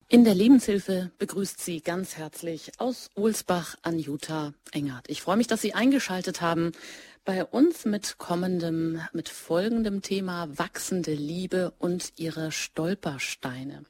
In der Lebenshilfe begrüßt Sie ganz herzlich aus Ohlsbach Anjuta Engert. Ich freue mich, dass Sie eingeschaltet haben bei uns mit folgendem Thema wachsende Liebe und ihre Stolpersteine.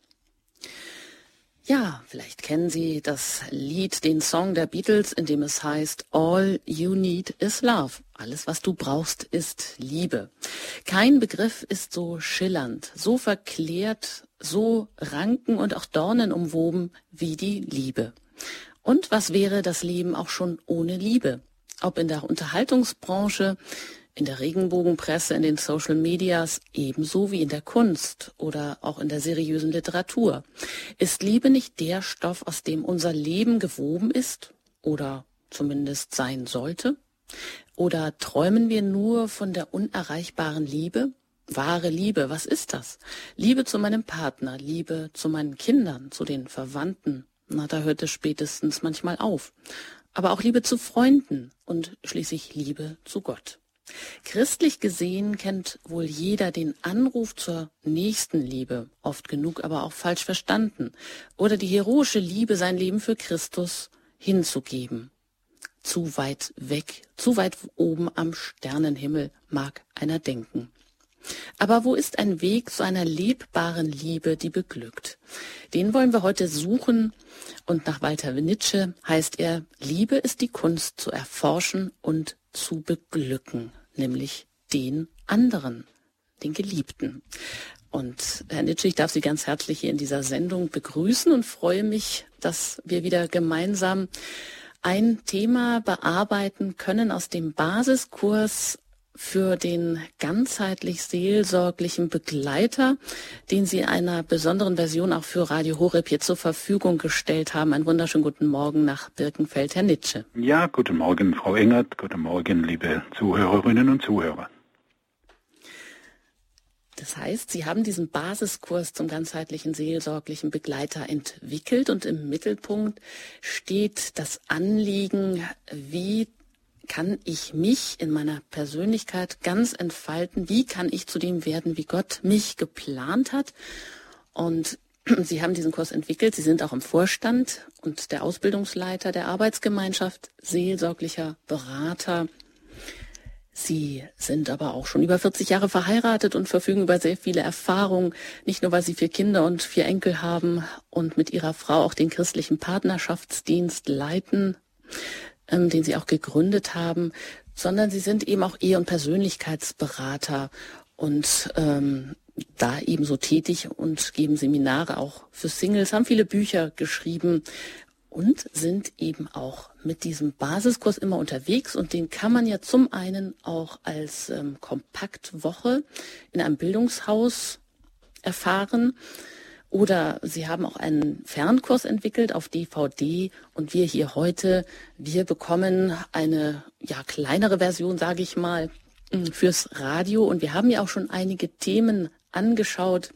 Ja, vielleicht kennen Sie das Lied, den Song der Beatles, in dem es heißt, All you need is love. Alles, was du brauchst, ist Liebe. Kein Begriff ist so schillernd, so verklärt, so ranken- und auch dornenumwoben wie die Liebe. Und was wäre das Leben auch schon ohne Liebe? Ob in der Unterhaltungsbranche, in der Regenbogenpresse, in den Social Medias, ebenso wie in der Kunst oder auch in der seriösen Literatur. Ist Liebe nicht der Stoff, aus dem unser Leben gewoben ist oder zumindest sein sollte? Oder träumen wir nur von der unerreichbaren Liebe? Wahre Liebe, was ist das? Liebe zu meinem Partner, Liebe zu meinen Kindern, zu den Verwandten. Na, da hört es spätestens manchmal auf. Aber auch Liebe zu Freunden und schließlich Liebe zu Gott. Christlich gesehen kennt wohl jeder den Anruf zur Nächstenliebe, oft genug aber auch falsch verstanden, oder die heroische Liebe, sein Leben für Christus hinzugeben. Zu weit weg, zu weit oben am Sternenhimmel, mag einer denken. Aber wo ist ein Weg zu einer lebbaren Liebe, die beglückt? Den wollen wir heute suchen, und nach Walter Nietzsche heißt er, Liebe ist die Kunst zu erforschen und zu beglücken, nämlich den anderen, den Geliebten. Und Herr Nietzsche, ich darf Sie ganz herzlich hier in dieser Sendung begrüßen und freue mich, dass wir wieder gemeinsam ein Thema bearbeiten können aus dem Basiskurs für den ganzheitlich seelsorglichen Begleiter, den Sie in einer besonderen Version auch für Radio Horeb hier zur Verfügung gestellt haben. Einen wunderschönen guten Morgen nach Birkenfeld, Herr Nietzsche. Ja, guten Morgen, Frau Engert. Guten Morgen, liebe Zuhörerinnen und Zuhörer. Das heißt, Sie haben diesen Basiskurs zum ganzheitlichen seelsorglichen Begleiter entwickelt und im Mittelpunkt steht das Anliegen, wie kann ich mich in meiner Persönlichkeit ganz entfalten? Wie kann ich zu dem werden, wie Gott mich geplant hat? Und Sie haben diesen Kurs entwickelt. Sie sind auch im Vorstand und der Ausbildungsleiter der Arbeitsgemeinschaft, seelsorglicher Berater. Sie sind aber auch schon über 40 Jahre verheiratet und verfügen über sehr viele Erfahrungen, nicht nur, weil Sie 4 Kinder und 4 Enkel haben und mit Ihrer Frau auch den christlichen Partnerschaftsdienst leiten, den Sie auch gegründet haben, sondern Sie sind eben auch Ehe- und Persönlichkeitsberater und da ebenso tätig und geben Seminare auch für Singles, haben viele Bücher geschrieben und sind eben auch mit diesem Basiskurs immer unterwegs. Und den kann man ja zum einen auch als Kompaktwoche in einem Bildungshaus erfahren. Oder Sie haben auch einen Fernkurs entwickelt auf DVD und wir hier heute, wir bekommen eine kleinere Version, sage ich mal, fürs Radio. Und wir haben ja auch schon einige Themen angeschaut,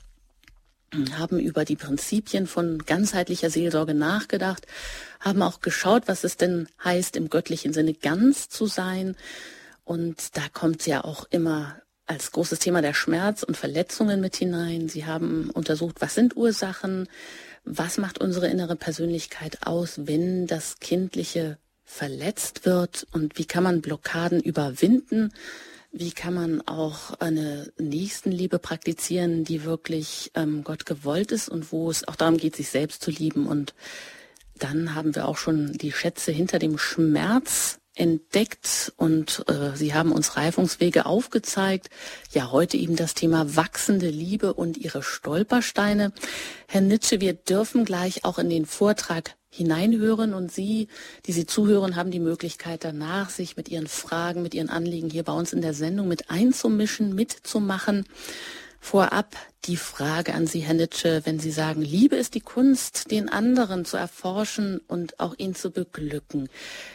haben über die Prinzipien von ganzheitlicher Seelsorge nachgedacht, haben auch geschaut, was es denn heißt, im göttlichen Sinne ganz zu sein. Und da kommt ja auch immer als großes Thema der Schmerz und Verletzungen mit hinein. Sie haben untersucht, was sind Ursachen, was macht unsere innere Persönlichkeit aus, wenn das Kindliche verletzt wird und wie kann man Blockaden überwinden, wie kann man auch eine Nächstenliebe praktizieren, die wirklich Gott gewollt ist und wo es auch darum geht, sich selbst zu lieben. Und dann haben wir auch schon die Schätze hinter dem Schmerz entdeckt und Sie haben uns Reifungswege aufgezeigt. Ja, heute eben das Thema wachsende Liebe und ihre Stolpersteine. Herr Nietzsche, wir dürfen gleich auch in den Vortrag hineinhören und Sie, die Sie zuhören, haben die Möglichkeit danach, sich mit Ihren Fragen, mit Ihren Anliegen hier bei uns in der Sendung mit einzumischen, mitzumachen. Vorab die Frage an Sie, Herr Nietzsche, wenn Sie sagen, Liebe ist die Kunst, den anderen zu erforschen und auch ihn zu beglücken.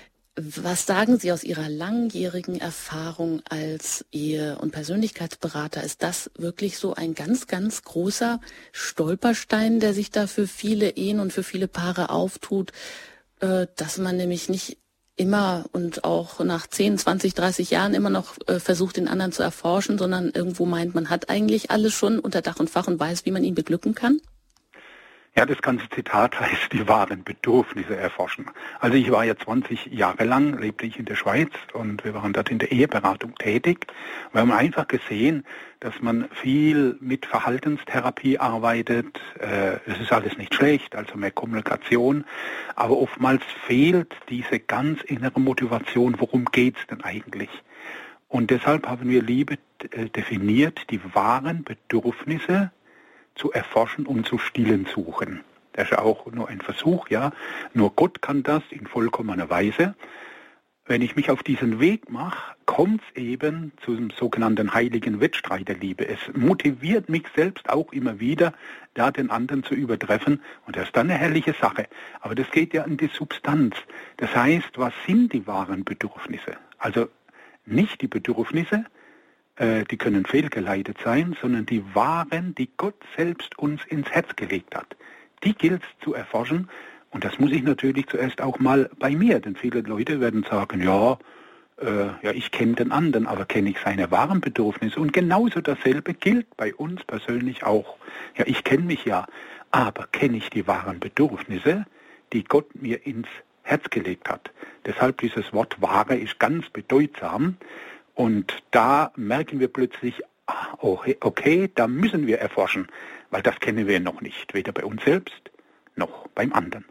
Was sagen Sie aus Ihrer langjährigen Erfahrung als Ehe- und Persönlichkeitsberater? Ist das wirklich so ein ganz, ganz großer Stolperstein, der sich da für viele Ehen und für viele Paare auftut, dass man nämlich nicht immer und auch nach 10, 20, 30 Jahren immer noch versucht, den anderen zu erforschen, sondern irgendwo meint, man hat eigentlich alles schon unter Dach und Fach und weiß, wie man ihn beglücken kann? Ja, das ganze Zitat heißt, die wahren Bedürfnisse erforschen. Also ich war ja 20 Jahre lang, lebte ich in der Schweiz und wir waren dort in der Eheberatung tätig. Wir haben einfach gesehen, dass man viel mit Verhaltenstherapie arbeitet. Es ist alles nicht schlecht, also mehr Kommunikation. Aber oftmals fehlt diese ganz innere Motivation, worum geht's denn eigentlich? Und deshalb haben wir Liebe definiert, die wahren Bedürfnisse zu erforschen und zu stillen suchen. Das ist ja auch nur ein Versuch, ja. Nur Gott kann das in vollkommener Weise. Wenn ich mich auf diesen Weg mache, kommt es eben zum sogenannten heiligen Wettstreit der Liebe. Es motiviert mich selbst auch immer wieder, da den anderen zu übertreffen. Und das ist dann eine herrliche Sache. Aber das geht ja in die Substanz. Das heißt, was sind die wahren Bedürfnisse? Also nicht die Bedürfnisse, die können fehlgeleitet sein, sondern die wahren, die Gott selbst uns ins Herz gelegt hat. Die gilt es zu erforschen und das muss ich natürlich zuerst auch mal bei mir, denn viele Leute werden sagen, ja, ich kenne den anderen, aber kenne ich seine wahren Bedürfnisse? Und genauso dasselbe gilt bei uns persönlich auch. Ja, ich kenne mich ja, aber kenne ich die wahren Bedürfnisse, die Gott mir ins Herz gelegt hat? Deshalb dieses Wort wahre ist ganz bedeutsam. Und da merken wir plötzlich, okay, da müssen wir erforschen, weil das kennen wir noch nicht, weder bei uns selbst noch beim anderen.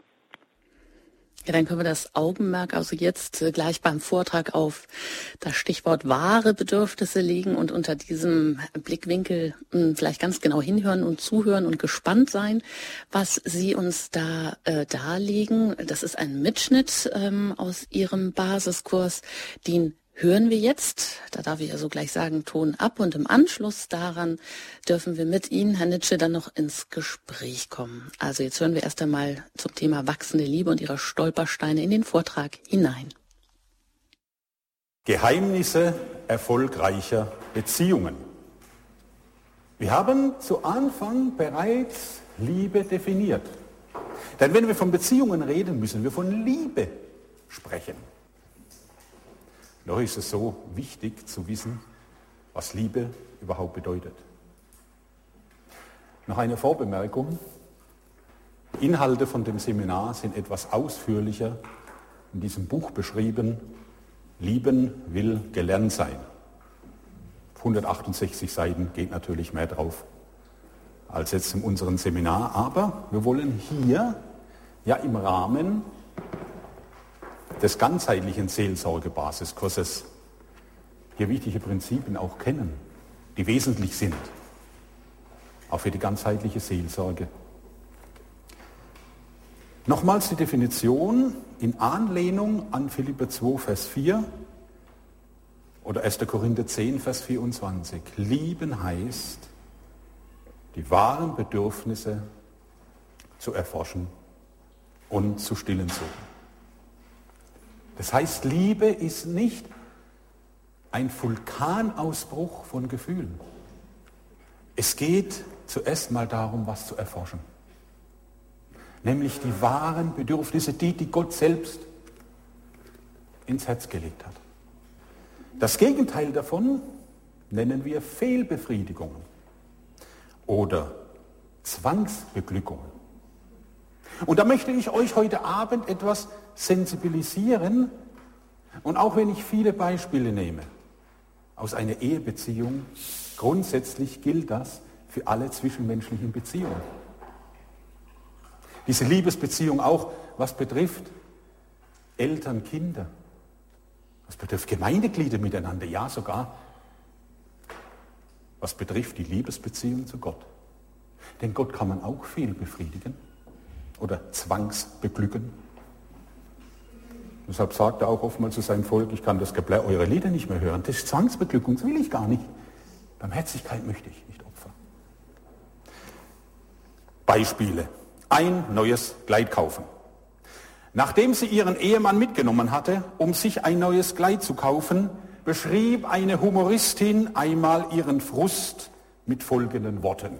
Ja, dann können wir das Augenmerk also jetzt gleich beim Vortrag auf das Stichwort wahre Bedürfnisse legen und unter diesem Blickwinkel vielleicht ganz genau hinhören und zuhören und gespannt sein, was Sie uns da darlegen. Das ist ein Mitschnitt aus Ihrem Basiskurs, den hören wir jetzt, da darf ich also gleich sagen, Ton ab und im Anschluss daran dürfen wir mit Ihnen, Herr Nitsche, dann noch ins Gespräch kommen. Also jetzt hören wir erst einmal zum Thema wachsende Liebe und ihre Stolpersteine in den Vortrag hinein. Geheimnisse erfolgreicher Beziehungen. Wir haben zu Anfang bereits Liebe definiert. Denn wenn wir von Beziehungen reden, müssen wir von Liebe sprechen. Doch ist es so wichtig zu wissen, was Liebe überhaupt bedeutet. Noch eine Vorbemerkung. Die Inhalte von dem Seminar sind etwas ausführlicher in diesem Buch beschrieben. Lieben will gelernt sein. Auf 168 Seiten geht natürlich mehr drauf als jetzt in unserem Seminar. Aber wir wollen hier ja im Rahmen des ganzheitlichen Seelsorgebasiskurses hier wichtige Prinzipien auch kennen, die wesentlich sind, auch für die ganzheitliche Seelsorge. Nochmals die Definition in Anlehnung an Philipper 2, Vers 4 oder 1. Korinther 10, Vers 24. Lieben heißt, die wahren Bedürfnisse zu erforschen und zu stillen suchen. Das heißt, Liebe ist nicht ein Vulkanausbruch von Gefühlen. Es geht zuerst mal darum, was zu erforschen. Nämlich die wahren Bedürfnisse, die Gott selbst ins Herz gelegt hat. Das Gegenteil davon nennen wir Fehlbefriedigungen oder Zwangsbeglückungen. Und da möchte ich euch heute Abend etwas sensibilisieren. Und auch wenn ich viele Beispiele nehme aus einer Ehebeziehung, grundsätzlich gilt das für alle zwischenmenschlichen Beziehungen. Diese Liebesbeziehung auch, was betrifft Eltern, Kinder, was betrifft Gemeindeglieder miteinander, ja sogar, was betrifft die Liebesbeziehung zu Gott. Denn Gott kann man auch fehlbefriedigen oder zwangsbeglücken. Deshalb sagt er auch oftmals zu seinem Volk, ich kann das Geblä eure Lieder nicht mehr hören. Das ist Zwangsbeglückung, das will ich gar nicht. Barmherzigkeit möchte ich nicht opfern. Beispiele. Ein neues Kleid kaufen. Nachdem sie ihren Ehemann mitgenommen hatte, um sich ein neues Kleid zu kaufen, beschrieb eine Humoristin einmal ihren Frust mit folgenden Worten.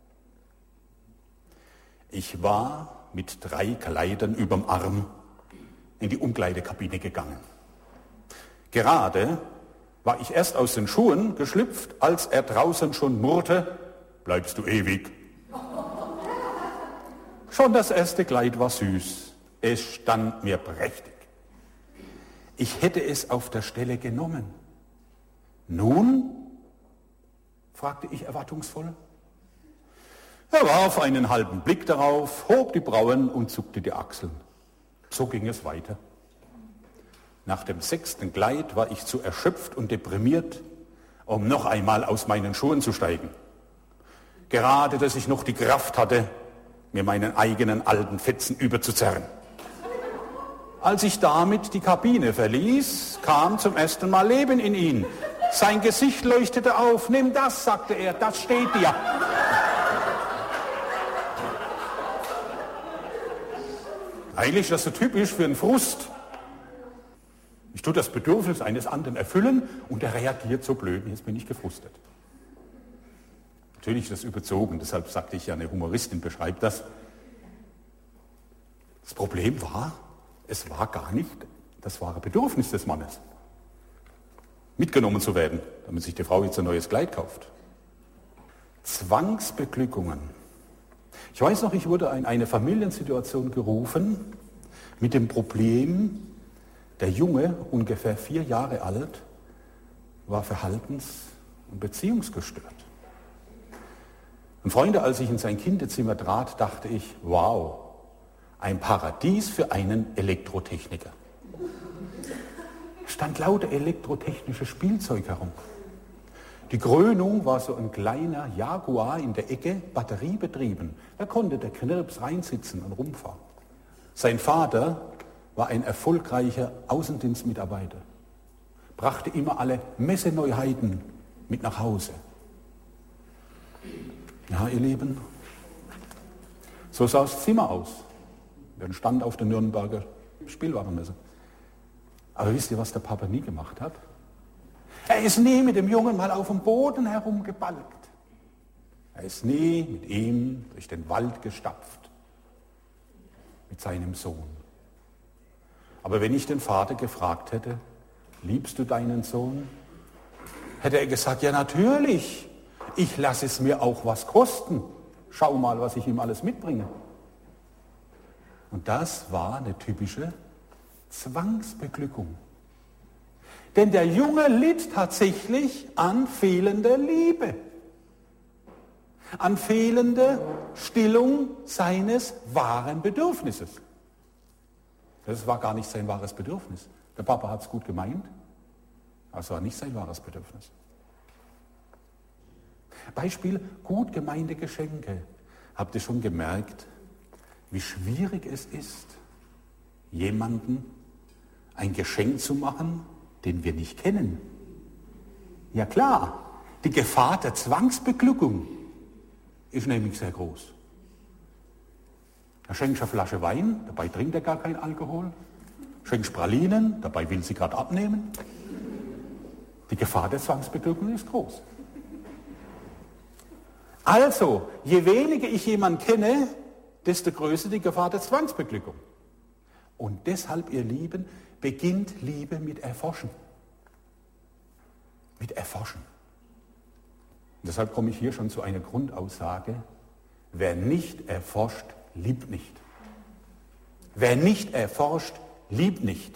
Ich war mit 3 Kleidern überm Arm in die Umkleidekabine gegangen. Gerade war ich erst aus den Schuhen geschlüpft, als er draußen schon murrte, bleibst du ewig. Schon das erste Kleid war süß. Es stand mir prächtig. Ich hätte es auf der Stelle genommen. Nun? Fragte ich erwartungsvoll. Er warf einen halben Blick darauf, hob die Brauen und zuckte die Achseln. So ging es weiter. Nach dem 6. Kleid war ich zu erschöpft und deprimiert, um noch einmal aus meinen Schuhen zu steigen. Gerade, dass ich noch die Kraft hatte, mir meinen eigenen alten Fetzen überzuzerren. Als ich damit die Kabine verließ, kam zum ersten Mal Leben in ihn. Sein Gesicht leuchtete auf. Nimm das, sagte er, das steht dir. Eigentlich ist das so typisch für einen Frust. Ich tue das Bedürfnis eines anderen erfüllen und er reagiert so blöd, jetzt bin ich gefrustet. Natürlich ist das überzogen, deshalb sagte ich ja, eine Humoristin beschreibt das. Das Problem war, es war gar nicht das wahre Bedürfnis des Mannes, mitgenommen zu werden, damit sich die Frau jetzt ein neues Kleid kauft. Zwangsbeglückungen. Ich weiß noch, ich wurde in eine Familiensituation gerufen mit dem Problem, der Junge, ungefähr 4 Jahre alt, war verhaltens- und beziehungsgestört. Und Freunde, als ich in sein Kinderzimmer trat, dachte ich, wow, ein Paradies für einen Elektrotechniker. Es stand lauter elektrotechnisches Spielzeug herum. Die Krönung war so ein kleiner Jaguar in der Ecke, batteriebetrieben. Da konnte der Knirps reinsitzen und rumfahren. Sein Vater war ein erfolgreicher Außendienstmitarbeiter, brachte immer alle Messeneuheiten mit nach Hause. Ja, ihr Lieben, so sah das Zimmer aus. Wir stand auf der Nürnberger Spielwarenmesse. Aber wisst ihr, was der Papa nie gemacht hat? Er ist nie mit dem Jungen mal auf dem Boden herumgebalgt. Er ist nie mit ihm durch den Wald gestapft, mit seinem Sohn. Aber wenn ich den Vater gefragt hätte, liebst du deinen Sohn? Hätte er gesagt, ja natürlich, ich lasse es mir auch was kosten. Schau mal, was ich ihm alles mitbringe. Und das war eine typische Zwangsbeglückung. Denn der Junge litt tatsächlich an fehlender Liebe, an fehlender Stillung seines wahren Bedürfnisses. Das war gar nicht sein wahres Bedürfnis. Der Papa hat es gut gemeint, aber es war nicht sein wahres Bedürfnis. Beispiel, gut gemeinte Geschenke. Habt ihr schon gemerkt, wie schwierig es ist, jemandem ein Geschenk zu machen, den wir nicht kennen? Ja klar, die Gefahr der Zwangsbeglückung ist nämlich sehr groß. Da schenkst du eine Flasche Wein, dabei trinkt er gar keinen Alkohol. Schenkst Pralinen, dabei will sie gerade abnehmen. Die Gefahr der Zwangsbeglückung ist groß. Also, je weniger ich jemanden kenne, desto größer die Gefahr der Zwangsbeglückung. Und deshalb, ihr Lieben, beginnt Liebe mit Erforschen. Mit Erforschen. Und deshalb komme ich hier schon zu einer Grundaussage. Wer nicht erforscht, liebt nicht. Wer nicht erforscht, liebt nicht.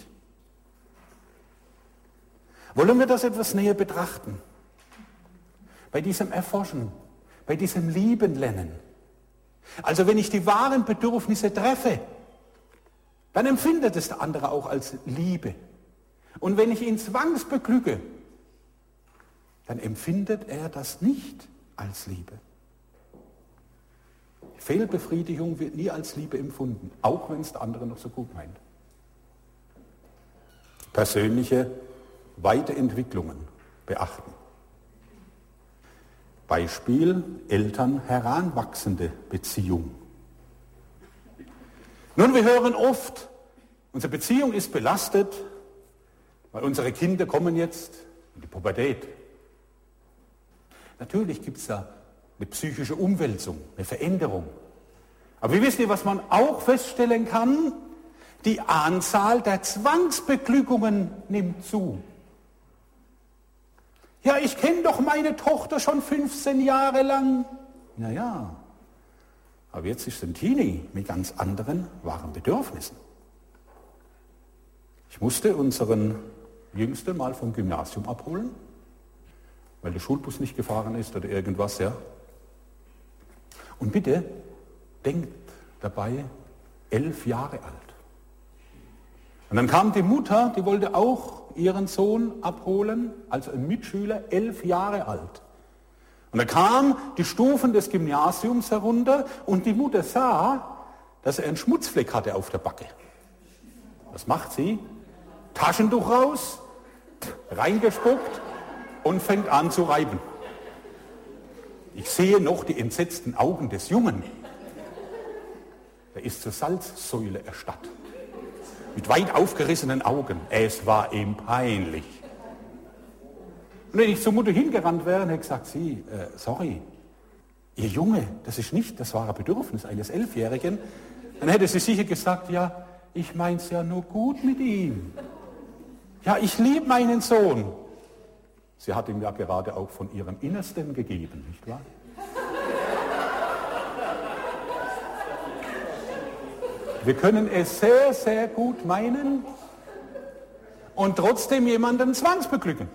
Wollen wir das etwas näher betrachten? Bei diesem Erforschen, bei diesem Lieben lernen. Also wenn ich die wahren Bedürfnisse treffe, dann empfindet es der andere auch als Liebe. Und wenn ich ihn zwangsbeglücke, dann empfindet er das nicht als Liebe. Fehlbefriedigung wird nie als Liebe empfunden, auch wenn es der andere noch so gut meint. Persönliche Weiterentwicklungen beachten. Beispiel Eltern-Heranwachsende Beziehung. Nun, wir hören oft, unsere Beziehung ist belastet, weil unsere Kinder kommen jetzt in die Pubertät. Natürlich gibt es da eine psychische Umwälzung, eine Veränderung. Aber wie wisst ihr, was man auch feststellen kann? Die Anzahl der Zwangsbeglückungen nimmt zu. Ja, ich kenne doch meine Tochter schon 15 Jahre lang. Naja, Aber jetzt ist ein Teenie mit ganz anderen wahren Bedürfnissen. Ich musste unseren Jüngsten mal vom Gymnasium abholen, weil der Schulbus nicht gefahren ist oder irgendwas, ja. Und bitte denkt dabei, 11 Jahre alt. Und dann kam die Mutter, die wollte auch ihren Sohn abholen, also ein Mitschüler, 11 Jahre alt. Und da kam die Stufen des Gymnasiums herunter und die Mutter sah, dass er einen Schmutzfleck hatte auf der Backe. Was macht sie? Taschentuch raus, reingespuckt und fängt an zu reiben. Ich sehe noch die entsetzten Augen des Jungen. Er ist zur Salzsäule erstarrt. Mit weit aufgerissenen Augen. Es war ihm peinlich. Und wenn ich zur Mutter hingerannt wäre, hätte ich gesagt, sorry, Ihr Junge, das ist nicht das wahre Bedürfnis eines 11-Jährigen. Dann hätte sie sicher gesagt, ja, ich mein's ja nur gut mit ihm. Ja, ich liebe meinen Sohn. Sie hat ihm ja gerade auch von ihrem Innersten gegeben, nicht wahr? Wir können es sehr, sehr gut meinen und trotzdem jemanden zwangsbeglücken.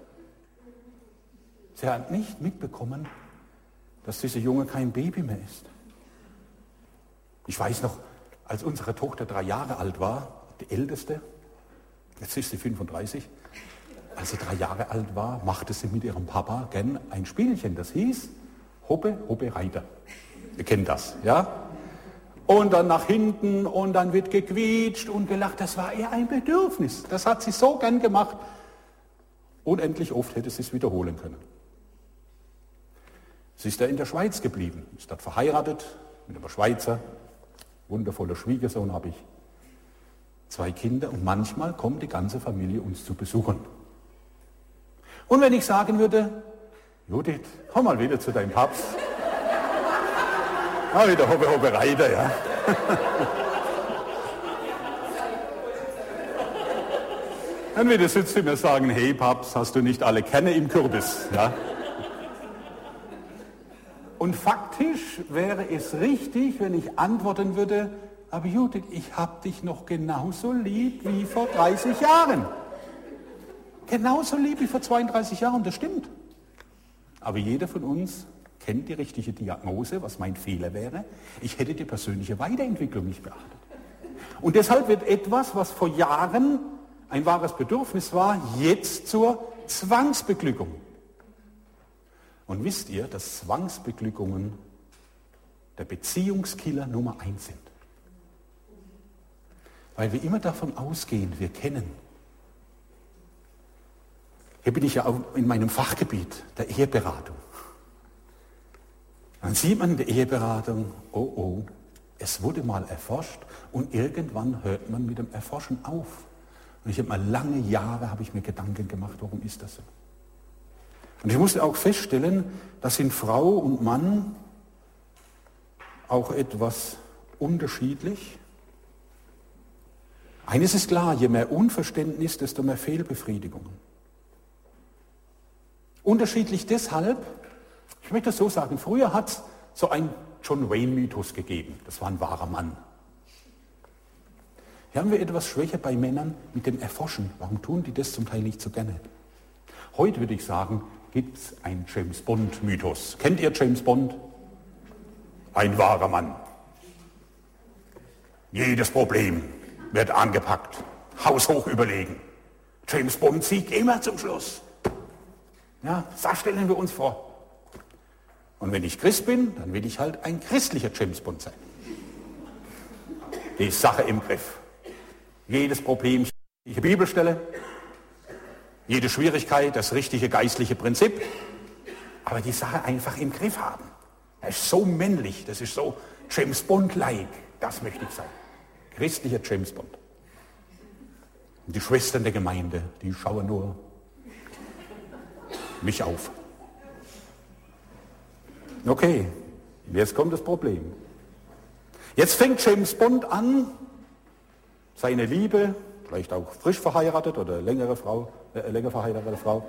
Sie hat nicht mitbekommen, dass dieser Junge kein Baby mehr ist. Ich weiß noch, als unsere Tochter 3 Jahre alt war, die älteste, jetzt ist sie 35, als sie 3 Jahre alt war, machte sie mit ihrem Papa gern ein Spielchen, das hieß Hoppe, Hoppe, Reiter. Ihr kennt das, ja? Und dann nach hinten und dann wird gequietscht und gelacht. Das war eher ein Bedürfnis. Das hat sie so gern gemacht. Unendlich oft hätte sie es wiederholen können. Sie ist da in der Schweiz geblieben, ist dort verheiratet mit einem Schweizer. Wundervoller Schwiegersohn habe ich. 2 Kinder und manchmal kommt die ganze Familie uns zu besuchen. Und wenn ich sagen würde, Judith, komm mal wieder zu deinem Papst. Ah, wieder Hoppe, Hoppe, Reiter, ja. Dann wieder sitzt du mir sagen, hey Papst, hast du nicht alle Kerne im Kürbis, ja? Und faktisch wäre es richtig, wenn ich antworten würde, aber Judith, ich habe dich noch genauso lieb wie vor 30 Jahren. Genauso lieb wie vor 32 Jahren, das stimmt. Aber jeder von uns kennt die richtige Diagnose, was mein Fehler wäre. Ich hätte die persönliche Weiterentwicklung nicht beachtet. Und deshalb wird etwas, was vor Jahren ein wahres Bedürfnis war, jetzt zur Zwangsbeglückung. Und wisst ihr, dass Zwangsbeglückungen der Beziehungskiller Nummer 1 sind? Weil wir immer davon ausgehen, wir kennen. Hier bin ich ja auch in meinem Fachgebiet der Eheberatung. Dann sieht man in der Eheberatung, oh, es wurde mal erforscht und irgendwann hört man mit dem Erforschen auf. Und ich habe mal lange Jahre habe ich mir Gedanken gemacht, warum ist das so? Und ich musste auch feststellen, dass in Frau und Mann auch etwas unterschiedlich. Eines ist klar, je mehr Unverständnis, desto mehr Fehlbefriedigungen. Unterschiedlich deshalb, ich möchte das so sagen, früher hat es so einen John Wayne-Mythos gegeben, das war ein wahrer Mann. Hier haben wir etwas Schwäche bei Männern mit dem Erforschen. Warum tun die das zum Teil nicht so gerne? Heute würde ich sagen, gibt es einen James Bond-Mythos. Kennt ihr James Bond? Ein wahrer Mann. Jedes Problem wird angepackt, haushoch überlegen. James Bond siegt immer zum Schluss. Ja, das stellen wir uns vor. Und wenn ich Christ bin, dann will ich halt ein christlicher James Bond sein. Die Sache im Griff. Jedes Problem, die Bibelstelle, jede Schwierigkeit, das richtige geistliche Prinzip, aber die Sache einfach im Griff haben. Das ist so männlich, das ist so James Bond-like, das möchte ich sein. Christlicher James Bond. Und die Schwestern der Gemeinde, die schauen nur mich auf. Okay, jetzt kommt das Problem. Jetzt fängt James Bond an, seine Liebe, vielleicht auch frisch verheiratet oder länger verheiratete Frau.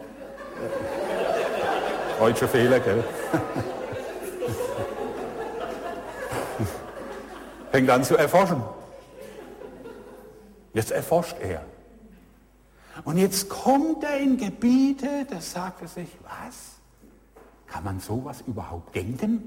Deutscher Fehler, gell? Fängt an zu erforschen. Jetzt erforscht er. Und jetzt kommt er in Gebiete, da sagt er sich, was? Kann man sowas überhaupt denken?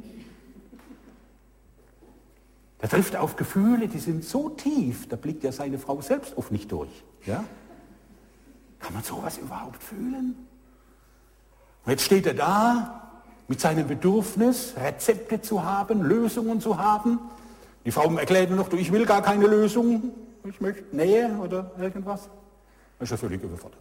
Da trifft er auf Gefühle, die sind so tief, da blickt ja seine Frau selbst oft nicht durch. Ja? Kann man sowas überhaupt fühlen? Und jetzt steht er da mit seinem Bedürfnis, Rezepte zu haben, Lösungen zu haben. Die Frau erklärt nur noch, du, ich will gar keine Lösung, ich möchte Nähe oder irgendwas. Er ist ja völlig überfordert.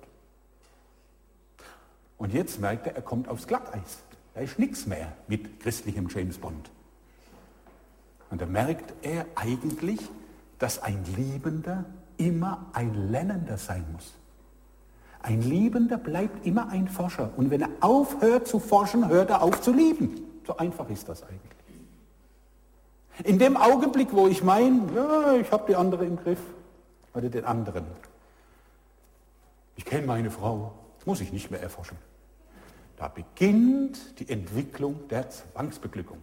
Und jetzt merkt er kommt aufs Glatteis. Da ist nichts mehr mit christlichem James Bond. Und da merkt er eigentlich, dass ein Liebender immer ein Lernender sein muss. Ein Liebender bleibt immer ein Forscher. Und wenn er aufhört zu forschen, hört er auf zu lieben. So einfach ist das eigentlich. In dem Augenblick, wo ich meine, ja, ich habe die andere im Griff, oder den anderen. Ich kenne meine Frau, muss ich nicht mehr erforschen. Da beginnt die Entwicklung der Zwangsbeglückung.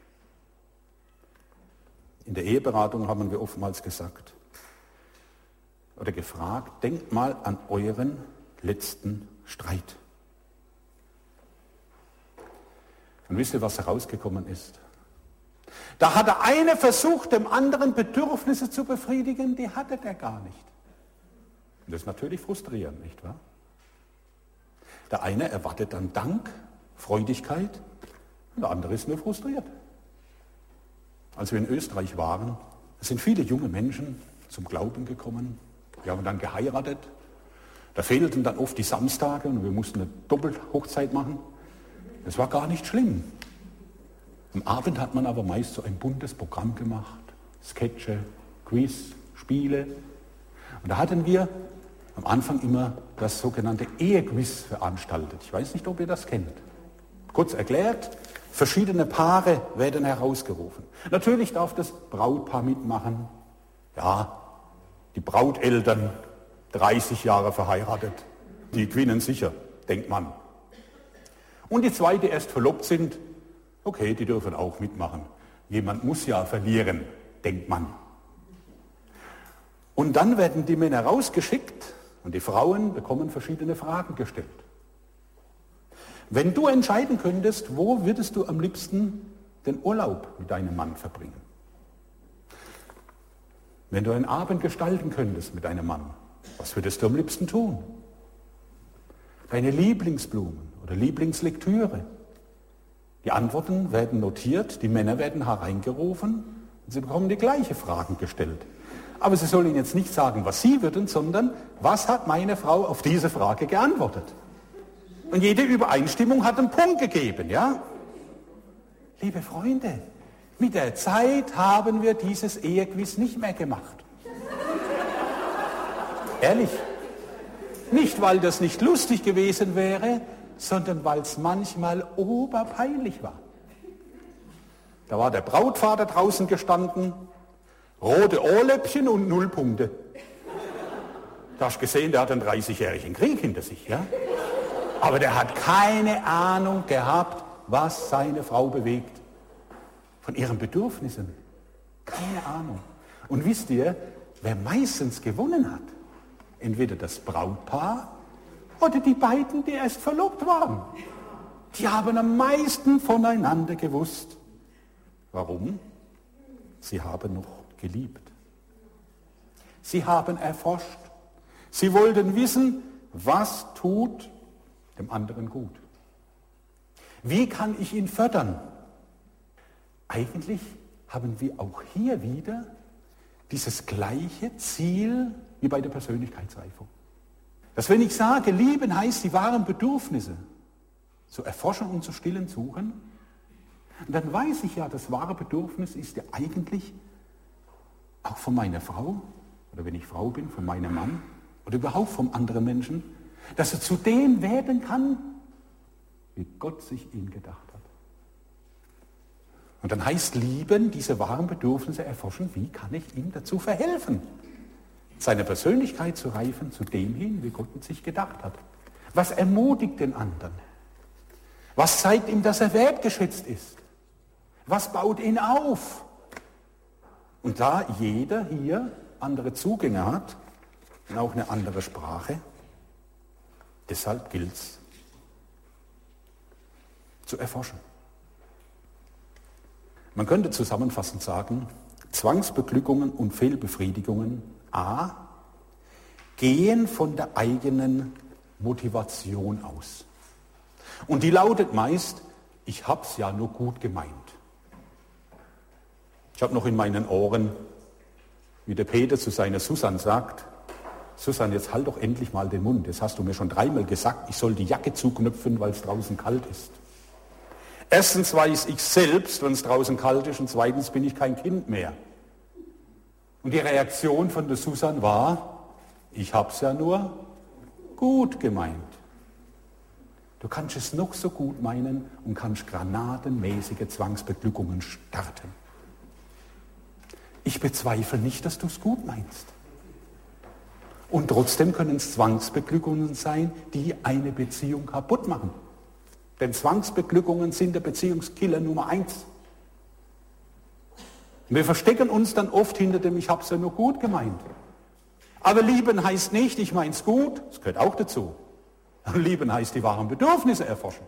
In der Eheberatung haben wir oftmals gesagt oder gefragt, denkt mal an euren letzten Streit. Und wisst ihr, was herausgekommen ist? Da hat der eine versucht, dem anderen Bedürfnisse zu befriedigen, die hatte der gar nicht. Und das ist natürlich frustrierend, nicht wahr? Der eine erwartet dann Dank, Freudigkeit, und der andere ist nur frustriert. Als wir in Österreich waren, sind viele junge Menschen zum Glauben gekommen. Wir haben dann geheiratet. Da fehlten dann oft die Samstage und wir mussten eine Doppelhochzeit machen. Das war gar nicht schlimm. Am Abend hat man aber meist so ein buntes Programm gemacht. Sketche, Quiz, Spiele. Und da hatten wir am Anfang immer das sogenannte Ehequiz veranstaltet. Ich weiß nicht, ob ihr das kennt. Kurz erklärt, verschiedene Paare werden herausgerufen. Natürlich darf das Brautpaar mitmachen. Ja, die Brauteltern, 30 Jahre verheiratet, die gewinnen sicher, denkt man. Und die zwei, die erst verlobt sind, okay, die dürfen auch mitmachen. Jemand muss ja verlieren, denkt man. Und dann werden die Männer rausgeschickt und die Frauen bekommen verschiedene Fragen gestellt. Wenn du entscheiden könntest, wo würdest du am liebsten den Urlaub mit deinem Mann verbringen? Wenn du einen Abend gestalten könntest mit deinem Mann, was würdest du am liebsten tun? Deine Lieblingsblumen oder Lieblingslektüre? Die Antworten werden notiert, die Männer werden hereingerufen und sie bekommen die gleichen Fragen gestellt. Aber sie sollen jetzt nicht sagen, was sie würden, sondern was hat meine Frau auf diese Frage geantwortet? Und jede Übereinstimmung hat einen Punkt gegeben, ja? Liebe Freunde, mit der Zeit haben wir dieses Ehequiz nicht mehr gemacht. Ehrlich. Nicht, weil das nicht lustig gewesen wäre, sondern weil es manchmal oberpeinlich war. Da war der Brautvater draußen gestanden, rote Ohrläppchen und 0 Punkte. Da hast du gesehen, der hat einen 30-jährigen Krieg hinter sich, ja? Aber der hat keine Ahnung gehabt, was seine Frau bewegt. Von ihren Bedürfnissen. Keine Ahnung. Und wisst ihr, wer meistens gewonnen hat? Entweder das Brautpaar oder die beiden, die erst verlobt waren. Die haben am meisten voneinander gewusst. Warum? Sie haben noch geliebt. Sie haben erforscht. Sie wollten wissen, was tut dem anderen gut. Wie kann ich ihn fördern? Eigentlich haben wir auch hier wieder dieses gleiche Ziel wie bei der Persönlichkeitsreifung. Dass wenn ich sage, lieben heißt die wahren Bedürfnisse zu erforschen und zu stillen suchen, dann weiß ich ja, das wahre Bedürfnis ist ja eigentlich auch von meiner Frau, oder wenn ich Frau bin, von meinem Mann, oder überhaupt vom anderen Menschen, dass er zu dem werden kann, wie Gott sich ihn gedacht hat. Und dann heißt lieben, diese wahren Bedürfnisse erforschen, wie kann ich ihm dazu verhelfen, seine Persönlichkeit zu reifen, zu dem hin, wie Gott es sich gedacht hat. Was ermutigt den anderen? Was zeigt ihm, dass er wertgeschätzt ist? Was baut ihn auf? Und da jeder hier andere Zugänge hat und auch eine andere Sprache, deshalb gilt es zu erforschen. Man könnte zusammenfassend sagen, Zwangsbeglückungen und Fehlbefriedigungen a. gehen von der eigenen Motivation aus. Und die lautet meist, ich hab's ja nur gut gemeint. Ich habe noch in meinen Ohren, wie der Peter zu seiner Susanne sagt, Susanne, jetzt halt doch endlich mal den Mund. Jetzt hast du mir schon 3-mal gesagt, ich soll die Jacke zuknöpfen, weil es draußen kalt ist. Erstens weiß ich selbst, wenn es draußen kalt ist, und zweitens bin ich kein Kind mehr. Und die Reaktion von der Susanne war, ich hab's ja nur gut gemeint. Du kannst es noch so gut meinen und kannst granatenmäßige Zwangsbeglückungen starten. Ich bezweifle nicht, dass du es gut meinst. Und trotzdem können es Zwangsbeglückungen sein, die eine Beziehung kaputt machen. Denn Zwangsbeglückungen sind der Beziehungskiller Nummer 1. Wir verstecken uns dann oft hinter dem, ich habe es ja nur gut gemeint. Aber lieben heißt nicht, ich meine es gut, das gehört auch dazu. Lieben heißt die wahren Bedürfnisse erforschen.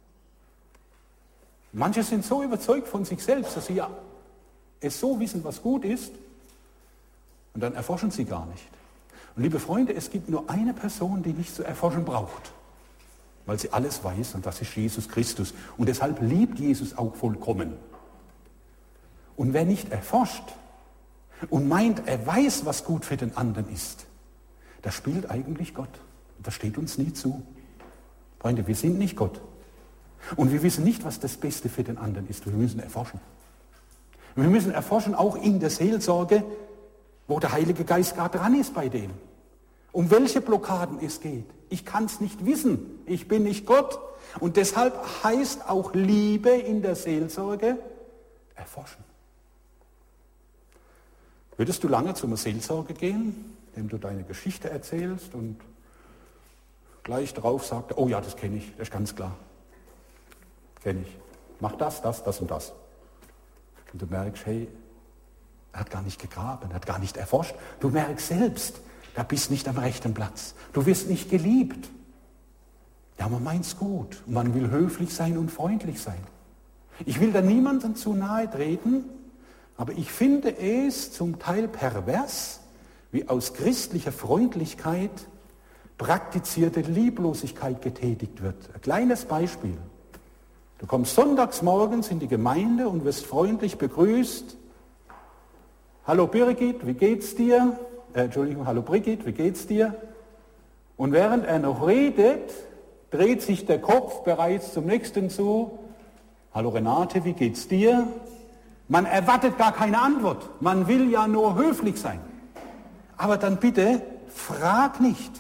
Manche sind so überzeugt von sich selbst, dass sie ja es so wissen, was gut ist, und dann erforschen sie gar nicht. Und liebe Freunde, es gibt nur eine Person, die nicht zu erforschen braucht, weil sie alles weiß, und das ist Jesus Christus. Und deshalb liebt Jesus auch vollkommen. Und wer nicht erforscht und meint, er weiß, was gut für den anderen ist, der spielt eigentlich Gott. Und das steht uns nie zu. Freunde, wir sind nicht Gott. Und wir wissen nicht, was das Beste für den anderen ist. Wir müssen erforschen. Wir müssen erforschen, auch in der Seelsorge, wo der Heilige Geist gerade dran ist bei dem. Um welche Blockaden es geht. Ich kann es nicht wissen. Ich bin nicht Gott. Und deshalb heißt auch Liebe in der Seelsorge erforschen. Würdest du lange zu einer Seelsorge gehen, indem du deine Geschichte erzählst und gleich darauf sagst, oh ja, das kenne ich, das ist ganz klar. Kenne ich. Mach das, das, das und das. Und du merkst, hey, er hat gar nicht gegraben, er hat gar nicht erforscht. Du merkst selbst, da bist nicht am rechten Platz. Du wirst nicht geliebt. Ja, man meint's gut. Und man will höflich sein und freundlich sein. Ich will da niemandem zu nahe treten, aber ich finde es zum Teil pervers, wie aus christlicher Freundlichkeit praktizierte Lieblosigkeit getätigt wird. Ein kleines Beispiel. Du kommst sonntags morgens in die Gemeinde und wirst freundlich begrüßt. Hallo Birgit, wie geht's dir? Hallo Brigitte, wie geht's dir? Und während er noch redet, dreht sich der Kopf bereits zum nächsten zu. Hallo Renate, wie geht's dir? Man erwartet gar keine Antwort. Man will ja nur höflich sein. Aber dann bitte, frag nicht.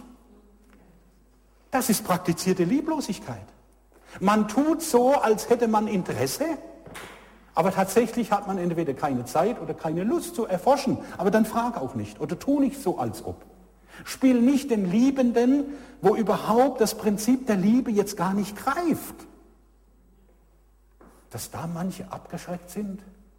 Das ist praktizierte Lieblosigkeit. Man tut so, als hätte man Interesse, aber tatsächlich hat man entweder keine Zeit oder keine Lust zu erforschen. Aber dann frag auch nicht oder tu nicht so, als ob. Spiel nicht den Liebenden, wo überhaupt das Prinzip der Liebe jetzt gar nicht greift. Dass da manche abgeschreckt sind,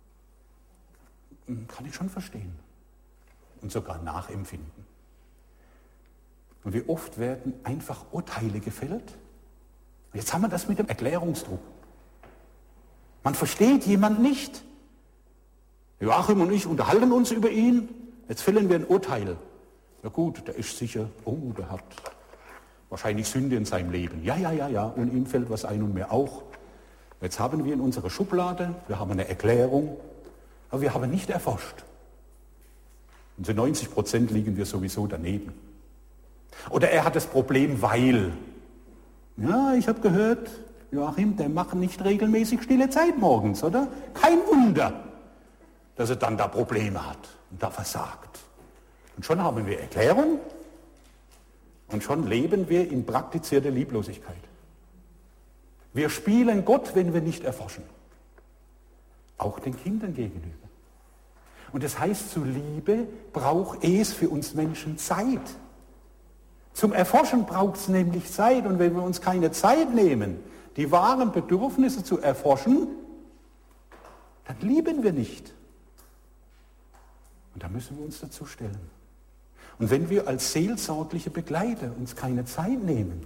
kann ich schon verstehen und sogar nachempfinden. Und wie oft werden einfach Urteile gefällt? Jetzt haben wir das mit dem Erklärungsdruck. Man versteht jemand nicht. Joachim und ich unterhalten uns über ihn. Jetzt fällen wir ein Urteil. Ja gut, der ist sicher, der hat wahrscheinlich Sünde in seinem Leben. Ja. Und ihm fällt was ein und mir auch. Jetzt haben wir in unserer Schublade, wir haben eine Erklärung, aber wir haben nicht erforscht. Und zu 90% liegen wir sowieso daneben. Oder er hat das Problem, weil. Ja, ich habe gehört, Joachim, der macht nicht regelmäßig stille Zeit morgens, oder? Kein Wunder, dass er dann da Probleme hat und da versagt. Und schon haben wir Erklärung und schon leben wir in praktizierter Lieblosigkeit. Wir spielen Gott, wenn wir nicht erforschen. Auch den Kindern gegenüber. Und das heißt, zur Liebe braucht es für uns Menschen Zeit. Zum Erforschen braucht es nämlich Zeit. Und wenn wir uns keine Zeit nehmen, die wahren Bedürfnisse zu erforschen, dann lieben wir nicht. Und da müssen wir uns dazu stellen. Und wenn wir als seelsorgliche Begleiter uns keine Zeit nehmen,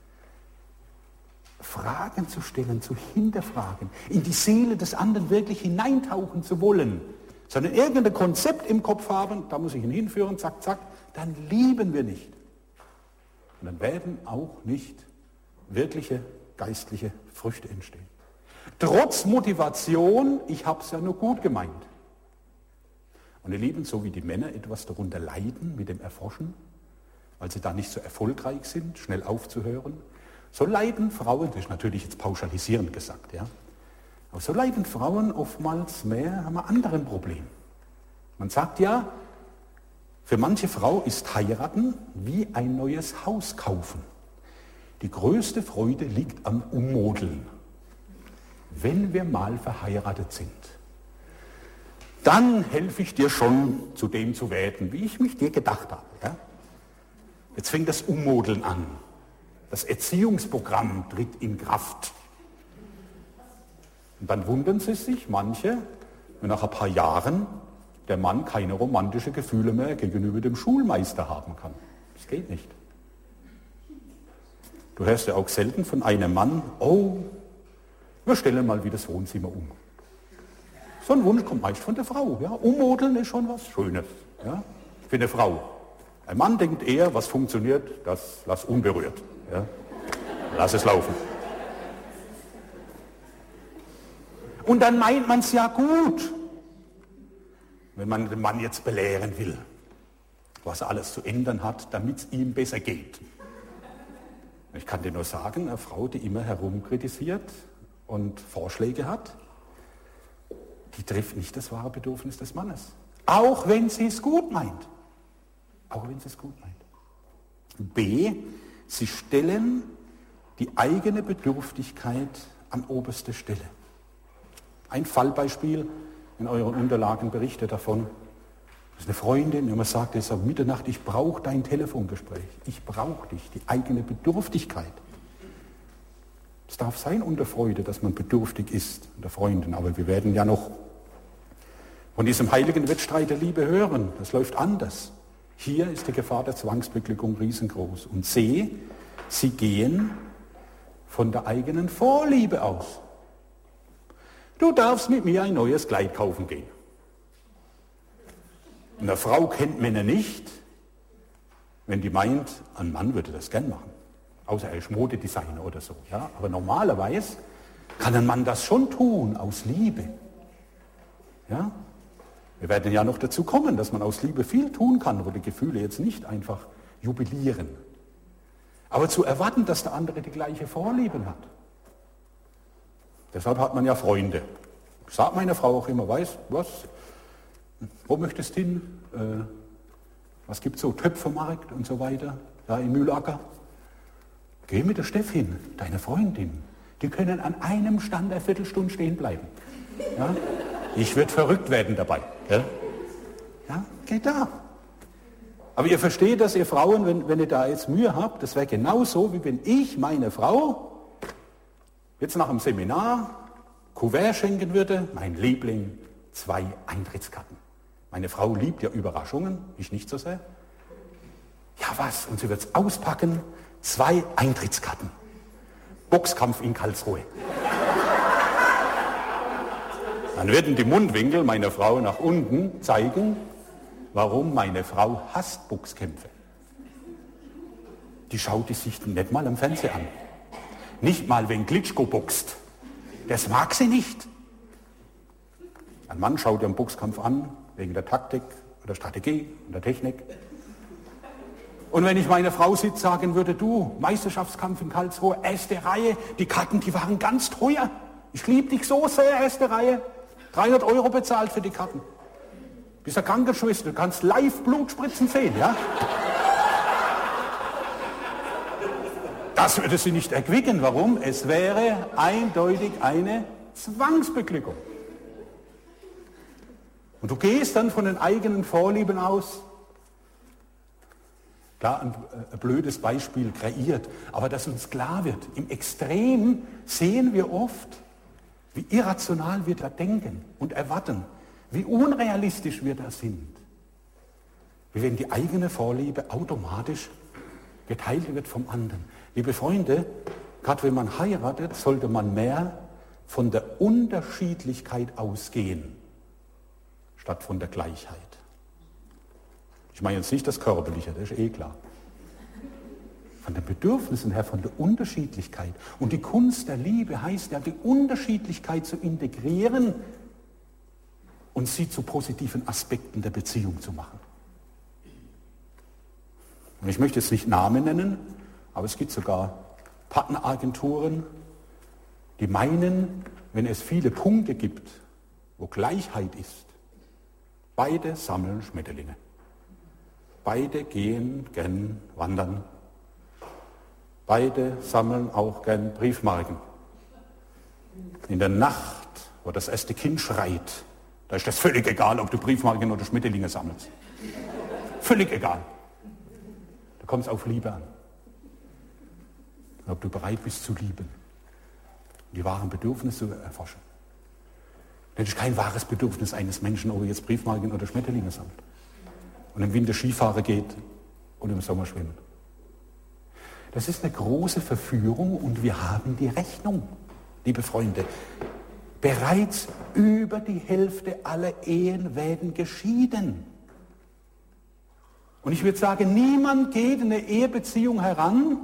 Fragen zu stellen, zu hinterfragen, in die Seele des anderen wirklich hineintauchen zu wollen, sondern irgendein Konzept im Kopf haben, da muss ich ihn hinführen, zack, zack, dann lieben wir nicht. Und dann werden auch nicht wirkliche geistliche Früchte entstehen. Trotz Motivation, ich habe es ja nur gut gemeint. Und ihr Lieben, so wie die Männer etwas darunter leiden mit dem Erforschen, weil sie da nicht so erfolgreich sind, schnell aufzuhören, so leiden Frauen, das ist natürlich jetzt pauschalisierend gesagt, ja, aber so leiden Frauen oftmals mehr an einem anderen Problem. Man sagt ja, für manche Frau ist Heiraten wie ein neues Haus kaufen. Die größte Freude liegt am Ummodeln. Wenn wir mal verheiratet sind, dann helfe ich dir schon, zu dem zu werden, wie ich mich dir gedacht habe. Ja? Jetzt fängt das Ummodeln an. Das Erziehungsprogramm tritt in Kraft. Und dann wundern sie sich, manche, wenn nach ein paar Jahren der Mann keine romantischen Gefühle mehr gegenüber dem Schulmeister haben kann. Das geht nicht. Du hörst ja auch selten von einem Mann, oh, wir stellen mal wieder das Wohnzimmer um. So ein Wunsch kommt meist von der Frau. Ja? Ummodeln ist schon was Schönes, ja? Für eine Frau. Ein Mann denkt eher, was funktioniert, das lass unberührt. Ja? Lass es laufen. Und dann meint man es ja gut, wenn man den Mann jetzt belehren will, was er alles zu ändern hat, damit es ihm besser geht. Ich kann dir nur sagen, eine Frau, die immer herumkritisiert und Vorschläge hat, die trifft nicht das wahre Bedürfnis des Mannes. Auch wenn sie es gut meint. Auch wenn sie es gut meint. B, sie stellen die eigene Bedürftigkeit an oberste Stelle. Ein Fallbeispiel in euren Unterlagen berichtet davon. Das ist eine Freundin, die immer sagt, es ist um Mitternacht, ich brauche dein Telefongespräch. Ich brauche dich, die eigene Bedürftigkeit. Es darf sein unter Freude, dass man bedürftig ist, unter Freunden, aber wir werden ja noch von diesem heiligen Wettstreit der Liebe hören. Das läuft anders. Hier ist die Gefahr der Zwangsbeglückung riesengroß. Und C, sie gehen von der eigenen Vorliebe aus. Du darfst mit mir ein neues Kleid kaufen gehen. Eine Frau kennt Männer nicht, wenn die meint, ein Mann würde das gern machen. Außer er ist Modedesigner oder so. Ja? Aber normalerweise kann ein Mann das schon tun, aus Liebe. Ja? Wir werden ja noch dazu kommen, dass man aus Liebe viel tun kann, wo die Gefühle jetzt nicht einfach jubilieren. Aber zu erwarten, dass der andere die gleiche Vorliebe hat. Deshalb hat man ja Freunde. Ich sage meiner Frau auch immer, weißt du was, wo möchtest du hin? Was gibt es so, Töpfermarkt und so weiter, da im Mühlacker? Geh mit der Steff hin, deine Freundin. Die können an einem Stand eine Viertelstunde stehen bleiben. Ja? Ich würde verrückt werden dabei. Ja, geht da. Aber ihr versteht, dass ihr Frauen, wenn ihr da jetzt Mühe habt, das wäre genauso, wie wenn ich meine Frau jetzt nach dem Seminar Kuvert schenken würde, mein Liebling, 2 Eintrittskarten. Meine Frau liebt ja Überraschungen, ich nicht so sehr. Ja was, und sie wird es auspacken, 2 Eintrittskarten. Boxkampf in Karlsruhe. Dann werden die Mundwinkel meiner Frau nach unten zeigen, warum meine Frau hasst Boxkämpfe. Die schaut die sich nicht mal im Fernsehen an. Nicht mal, wenn Klitschko boxt. Das mag sie nicht. Ein Mann schaut ja einen Boxkampf an, wegen der Taktik oder Strategie und der Technik. Und wenn ich meine Frau sitze, sagen würde, du, Meisterschaftskampf in Karlsruhe, erste Reihe, die Karten, die waren ganz teuer. Ich liebe dich so sehr, erste Reihe. 300 € bezahlt für die Karten. Bist ja Krankenschwester, du kannst live Blutspritzen sehen, ja? Das würde sie nicht erquicken. Warum? Es wäre eindeutig eine Zwangsbeglückung. Und du gehst dann von den eigenen Vorlieben aus. Klar, ein blödes Beispiel kreiert, aber dass uns klar wird, im Extrem sehen wir oft, wie irrational wir da denken und erwarten, wie unrealistisch wir da sind. wie wenn die eigene Vorliebe automatisch geteilt wird vom anderen. Liebe Freunde, gerade wenn man heiratet, sollte man mehr von der Unterschiedlichkeit ausgehen, statt von der Gleichheit. Ich meine jetzt nicht das Körperliche, das ist eh klar. Von den Bedürfnissen her, von der Unterschiedlichkeit. Und die Kunst der Liebe heißt ja, die Unterschiedlichkeit zu integrieren und sie zu positiven Aspekten der Beziehung zu machen. Und ich möchte jetzt nicht Namen nennen, aber es gibt sogar Partneragenturen, die meinen, wenn es viele Punkte gibt, wo Gleichheit ist, beide sammeln Schmetterlinge. Beide gehen gern wandern. Beide sammeln auch gern Briefmarken. In der Nacht, wo das erste Kind schreit, da ist das völlig egal, ob du Briefmarken oder Schmetterlinge sammelst. Völlig egal. Da kommt es auf Liebe an. Ob du bereit bist zu lieben, die wahren Bedürfnisse zu erforschen. Das ist kein wahres Bedürfnis eines Menschen, ob er jetzt Briefmarken oder Schmetterlinge sammelt. Und im Winter Skifahren geht und im Sommer schwimmen. Das ist eine große Verführung und wir haben die Rechnung, liebe Freunde. Bereits über die Hälfte aller Ehen werden geschieden. Und ich würde sagen, niemand geht in eine Ehebeziehung heran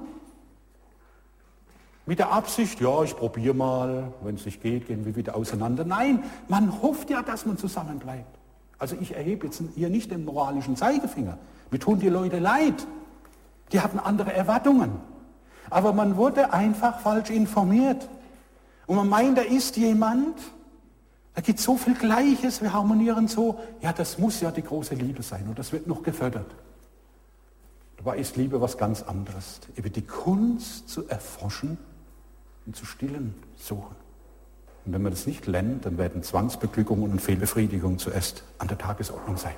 mit der Absicht, ja, ich probiere mal, wenn es nicht geht, gehen wir wieder auseinander. Nein, man hofft ja, dass man zusammenbleibt. Also ich erhebe jetzt hier nicht den moralischen Zeigefinger. Mir tun die Leute leid. Die hatten andere Erwartungen. Aber man wurde einfach falsch informiert. Und man meint, da ist jemand, da gibt so viel Gleiches, wir harmonieren so. Ja, das muss ja die große Liebe sein und das wird noch gefördert. Dabei ist Liebe was ganz anderes. Eben die Kunst zu erforschen und zu stillen suchen. Und wenn man das nicht lernt, dann werden Zwangsbeglückungen und Fehlbefriedigungen zuerst an der Tagesordnung sein.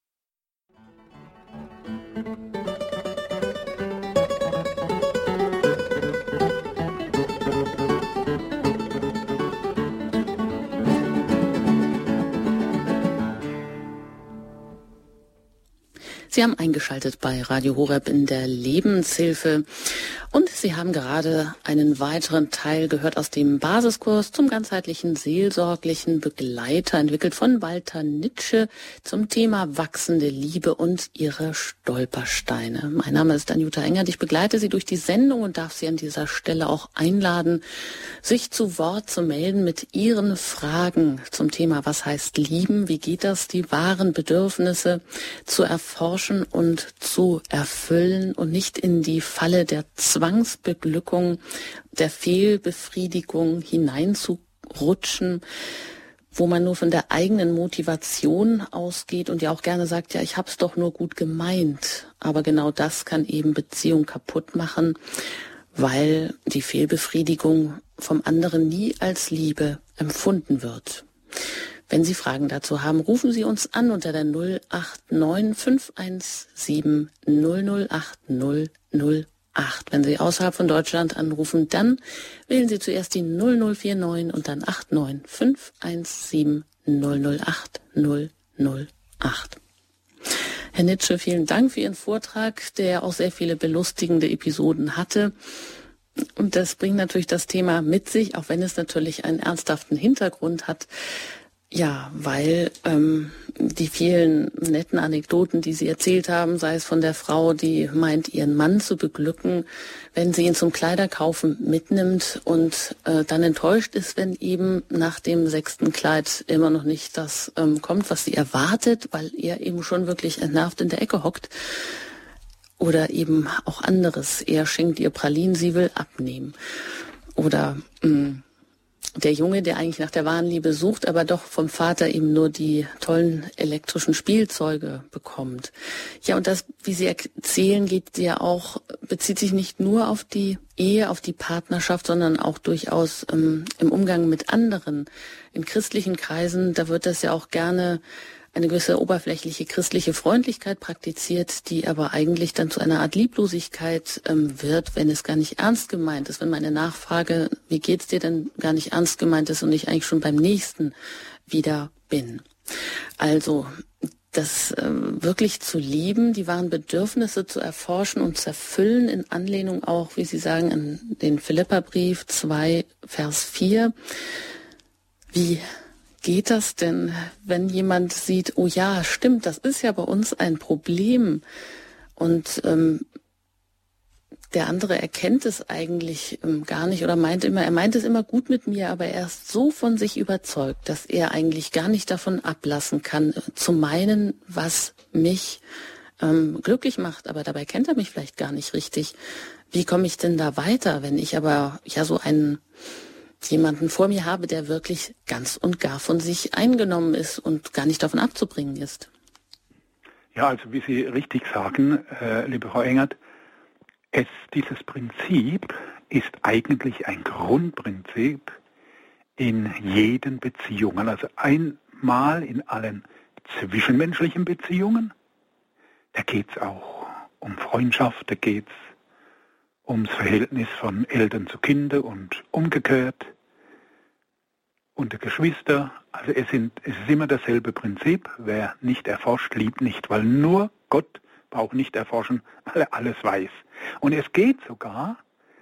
Sie haben eingeschaltet bei Radio Horeb in der Lebenshilfe und Sie haben gerade einen weiteren Teil gehört aus dem Basiskurs zum ganzheitlichen seelsorglichen Begleiter, entwickelt von Walter Nitsche zum Thema wachsende Liebe und ihre Stolpersteine. Mein Name ist Anjuta Engert, ich begleite Sie durch die Sendung und darf Sie an dieser Stelle auch einladen, sich zu Wort zu melden mit Ihren Fragen zum Thema, was heißt lieben, wie geht das, die wahren Bedürfnisse zu erforschen und zu erfüllen und nicht in die Falle der Zwangsbeglückung, der Fehlbefriedigung hineinzurutschen, wo man nur von der eigenen Motivation ausgeht und ja auch gerne sagt, ja, ich hab's doch nur gut gemeint. Aber genau das kann eben Beziehung kaputt machen, weil die Fehlbefriedigung vom anderen nie als Liebe empfunden wird. Wenn Sie Fragen dazu haben, rufen Sie uns an unter der 089 517 008 008. Wenn Sie außerhalb von Deutschland anrufen, dann wählen Sie zuerst die 0049 und dann 89 517 008 008. Herr Nitsche, vielen Dank für Ihren Vortrag, der auch sehr viele belustigende Episoden hatte. Und das bringt natürlich das Thema mit sich, auch wenn es natürlich einen ernsthaften Hintergrund hat. Ja, weil die vielen netten Anekdoten, die Sie erzählt haben, sei es von der Frau, die meint, ihren Mann zu beglücken, wenn sie ihn zum Kleiderkaufen mitnimmt und dann enttäuscht ist, wenn eben nach dem 6. Kleid immer noch nicht das kommt, was sie erwartet, weil er eben schon wirklich entnervt in der Ecke hockt. Oder eben auch anderes. Er schenkt ihr Pralinen, sie will abnehmen. Oder der Junge, der eigentlich nach der wahren Liebe sucht, aber doch vom Vater eben nur die tollen elektrischen Spielzeuge bekommt. Ja, und das, wie Sie erzählen, bezieht sich nicht nur auf die Ehe, auf die Partnerschaft, sondern auch durchaus im Umgang mit anderen. In christlichen Kreisen, da wird das ja auch gerne eine gewisse oberflächliche christliche Freundlichkeit praktiziert, die aber eigentlich dann zu einer Art Lieblosigkeit wird, wenn es gar nicht ernst gemeint ist, wenn meine Nachfrage, wie geht's dir denn, gar nicht ernst gemeint ist und ich eigentlich schon beim nächsten wieder bin. Also das wirklich zu lieben, die wahren Bedürfnisse zu erforschen und zu erfüllen, in Anlehnung auch, wie Sie sagen, an den Philipperbrief 2, Vers 4. Wie geht das denn, wenn jemand sieht, oh ja, stimmt, das ist ja bei uns ein Problem und der andere erkennt es eigentlich gar nicht oder er meint es immer gut mit mir, aber er ist so von sich überzeugt, dass er eigentlich gar nicht davon ablassen kann, zu meinen, was mich glücklich macht, aber dabei kennt er mich vielleicht gar nicht richtig. Wie komme ich denn da weiter, wenn ich aber ja so jemanden vor mir habe, der wirklich ganz und gar von sich eingenommen ist und gar nicht davon abzubringen ist? Ja, also wie Sie richtig sagen, liebe Frau Engert, dieses Prinzip ist eigentlich ein Grundprinzip in jeden Beziehungen. Also einmal in allen zwischenmenschlichen Beziehungen. Da geht es auch um Freundschaft, da geht es ums Verhältnis von Eltern zu Kindern und umgekehrt. Unter Geschwister. Also es ist immer dasselbe Prinzip. Wer nicht erforscht, liebt nicht, weil nur Gott braucht nicht erforschen, weil er alles weiß. Und es geht sogar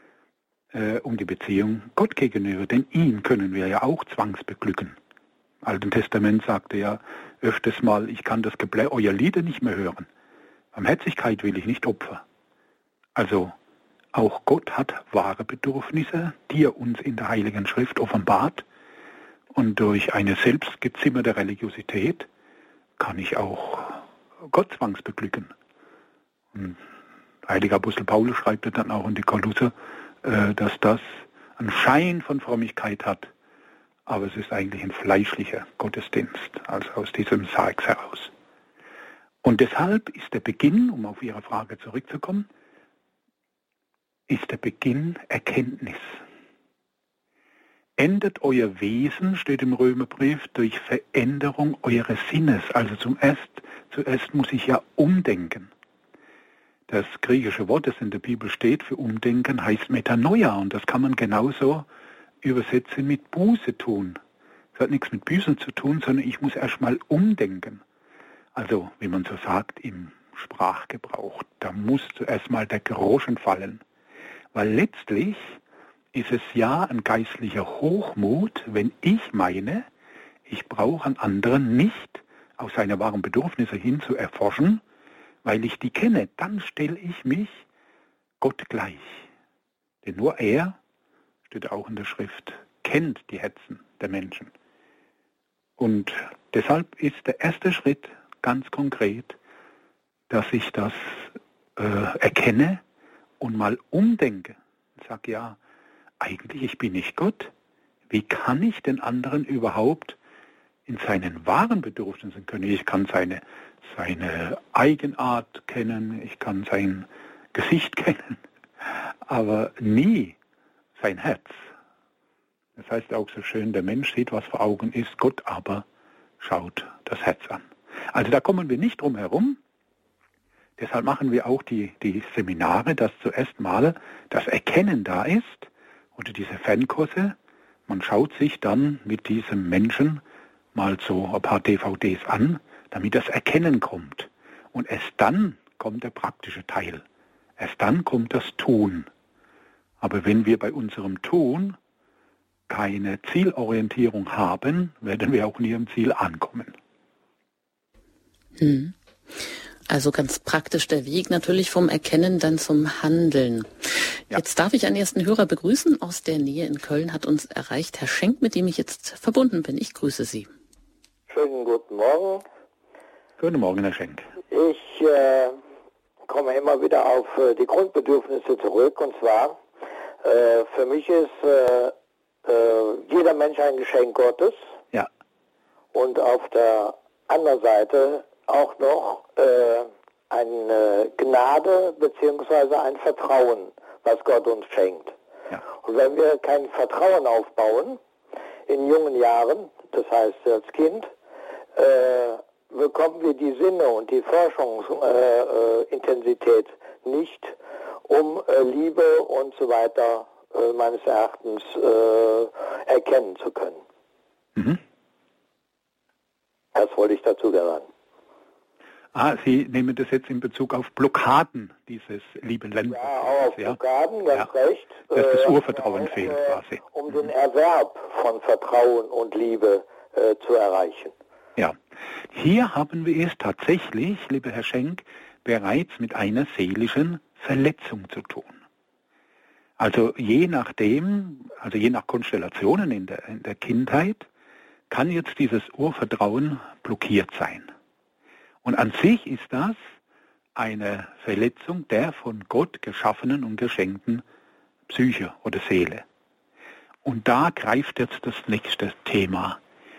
um die Beziehung Gott gegenüber, denn ihn können wir ja auch zwangsbeglücken. Im Alten Testament sagte ja öfters mal, ich kann das Geblä eurer Lieder nicht mehr hören. Barmherzigkeit will ich nicht opfern. Also auch Gott hat wahre Bedürfnisse, die er uns in der Heiligen Schrift offenbart. Und durch eine selbstgezimmerte Religiosität kann ich auch Gott zwangsbeglücken. Und Heiliger Apostel Paulus schreibt dann auch in die Kolosser, dass das einen Schein von Frömmigkeit hat, aber es ist eigentlich ein fleischlicher Gottesdienst, also aus diesem Sarx heraus. Und deshalb ist der Beginn, um auf Ihre Frage zurückzukommen, ist der Beginn Erkenntnis. Ändert euer Wesen, steht im Römerbrief, durch Veränderung eures Sinnes. Also zuerst muss ich ja umdenken. Das griechische Wort, das in der Bibel steht für Umdenken, heißt Metanoia. Und das kann man genauso übersetzen mit Buße tun. Das hat nichts mit Büßen zu tun, sondern ich muss erstmal umdenken. Also, wie man so sagt im Sprachgebrauch, da muss zuerst mal der Groschen fallen. Weil letztlich ist es ja ein geistlicher Hochmut, wenn ich meine, ich brauche einen anderen nicht aus seine wahren Bedürfnisse hin zu erforschen, weil ich die kenne, dann stelle ich mich Gott gleich. Denn nur er, steht auch in der Schrift, kennt die Herzen der Menschen. Und deshalb ist der erste Schritt ganz konkret, dass ich das erkenne und mal umdenke. Ich sage, ja, eigentlich, ich bin nicht Gott. Wie kann ich den anderen überhaupt in seinen wahren Bedürfnissen kennen? Ich kann seine Eigenart kennen, ich kann sein Gesicht kennen, aber nie sein Herz. Das heißt auch so schön, der Mensch sieht, was vor Augen ist, Gott aber schaut das Herz an. Also da kommen wir nicht drum herum. Deshalb machen wir auch die Seminare, dass zuerst mal das Erkennen da ist, oder diese Fernkurse. Man schaut sich dann mit diesem Menschen mal so ein paar DVDs an, damit das Erkennen kommt. Und erst dann kommt der praktische Teil. Erst dann kommt das Tun. Aber wenn wir bei unserem Tun keine Zielorientierung haben, werden wir auch nie am Ziel ankommen. Also ganz praktisch der Weg natürlich vom Erkennen dann zum Handeln. Ja. Jetzt darf ich einen ersten Hörer begrüßen aus der Nähe in Köln, hat uns erreicht Herr Schenk, mit dem ich jetzt verbunden bin. Ich grüße Sie. Schönen guten Morgen. Guten Morgen, Herr Schenk. Ich komme immer wieder auf die Grundbedürfnisse zurück. Und zwar, für mich ist jeder Mensch ein Geschenk Gottes. Ja. Und auf der anderen Seite auch noch eine Gnade bzw. ein Vertrauen, was Gott uns schenkt. Ja. Und wenn wir kein Vertrauen aufbauen in jungen Jahren, das heißt als Kind, bekommen wir die Sinne und die Forschungsintensität nicht, um Liebe und so weiter meines Erachtens erkennen zu können. Mhm. Das wollte ich dazu sagen. Sie nehmen das jetzt in Bezug auf Blockaden dieses lieben Länders. Ja, auch auf Blockaden, ganz recht. Dass das Urvertrauen fehlt quasi. Um den Erwerb von Vertrauen und Liebe zu erreichen. Ja, hier haben wir es tatsächlich, lieber Herr Schenk, bereits mit einer seelischen Verletzung zu tun. Also je nach Konstellationen in der Kindheit, kann jetzt dieses Urvertrauen blockiert sein. Und an sich ist das eine Verletzung der von Gott geschaffenen und geschenkten Psyche oder Seele. Und da greift jetzt das nächste Thema.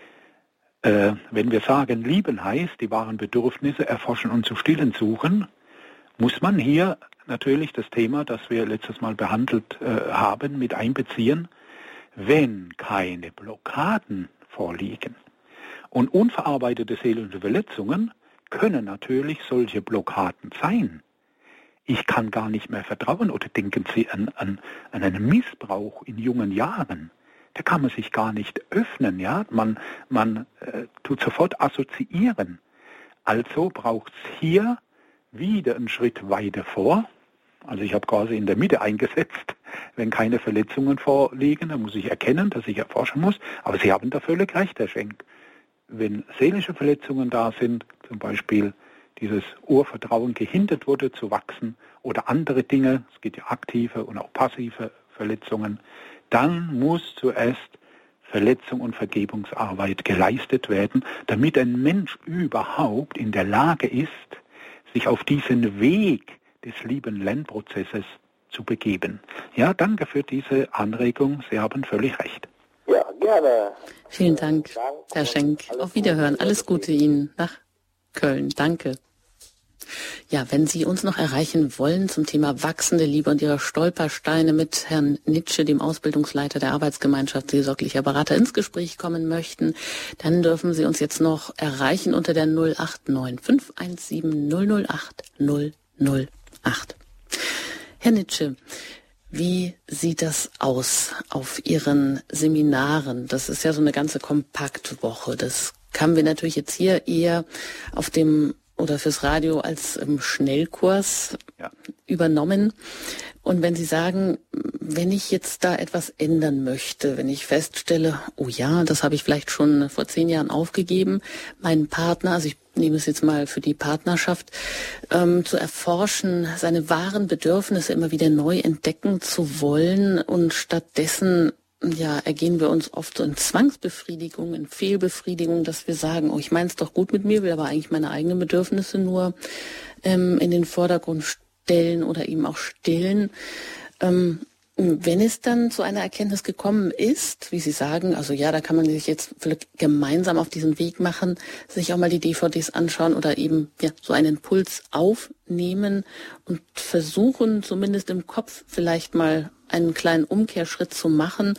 Wenn wir sagen, lieben heißt, die wahren Bedürfnisse erforschen und zu stillen suchen, muss man hier natürlich das Thema, das wir letztes Mal behandelt haben, mit einbeziehen, wenn keine Blockaden vorliegen. Und unverarbeitete seelische Verletzungen können natürlich solche Blockaden sein. Ich kann gar nicht mehr vertrauen, oder denken Sie an einen Missbrauch in jungen Jahren. Da kann man sich gar nicht öffnen, ja. Man tut sofort assoziieren. Also braucht es hier wieder einen Schritt weiter vor. Also ich habe quasi in der Mitte eingesetzt. Wenn keine Verletzungen vorliegen, dann muss ich erkennen, dass ich erforschen muss. Aber Sie haben da völlig recht, Herr Schenk. Wenn seelische Verletzungen da sind, zum Beispiel dieses Urvertrauen gehindert wurde zu wachsen oder andere Dinge, es gibt ja aktive und auch passive Verletzungen, dann muss zuerst Verletzung und Vergebungsarbeit geleistet werden, damit ein Mensch überhaupt in der Lage ist, sich auf diesen Weg des Lieben-Lernprozesses zu begeben. Ja, danke für diese Anregung. Sie haben völlig recht. Ja, gerne. Vielen Dank, Herr Schenk. Auf Wiederhören. Alles Gute Ihnen nach Köln. Danke. Ja, wenn Sie uns noch erreichen wollen zum Thema wachsende Liebe und ihre Stolpersteine mit Herrn Nitsche, dem Ausbildungsleiter der Arbeitsgemeinschaft seelsorglicher Berater, ins Gespräch kommen möchten, dann dürfen Sie uns jetzt noch erreichen unter der 089 517 008 008. Herr Nitsche, wie sieht das aus auf Ihren Seminaren? Das ist ja so eine ganze Kompaktwoche. Das haben wir natürlich jetzt hier eher auf dem oder fürs Radio als Schnellkurs übernommen. Und wenn Sie sagen, wenn ich jetzt da ändern ändern möchte, wenn ich feststelle, oh ja, das habe ich vielleicht schon vor 10 Jahren aufgegeben, meinen Partner, also ich nehme es jetzt mal für die Partnerschaft, zu erforschen, seine wahren Bedürfnisse immer wieder neu entdecken zu wollen und stattdessen ergehen wir uns oft so in Zwangsbefriedigung, in Fehlbefriedigung, dass wir sagen, oh, ich meine es doch gut mit mir, will aber eigentlich meine eigenen Bedürfnisse nur in den Vordergrund stellen oder eben auch stillen. Wenn es dann zu einer Erkenntnis gekommen ist, wie Sie sagen, also ja, da kann man sich jetzt gemeinsam auf diesen Weg machen, sich auch mal die DVDs anschauen oder eben so einen Impuls aufnehmen und versuchen, zumindest im Kopf vielleicht mal einen kleinen Umkehrschritt zu machen,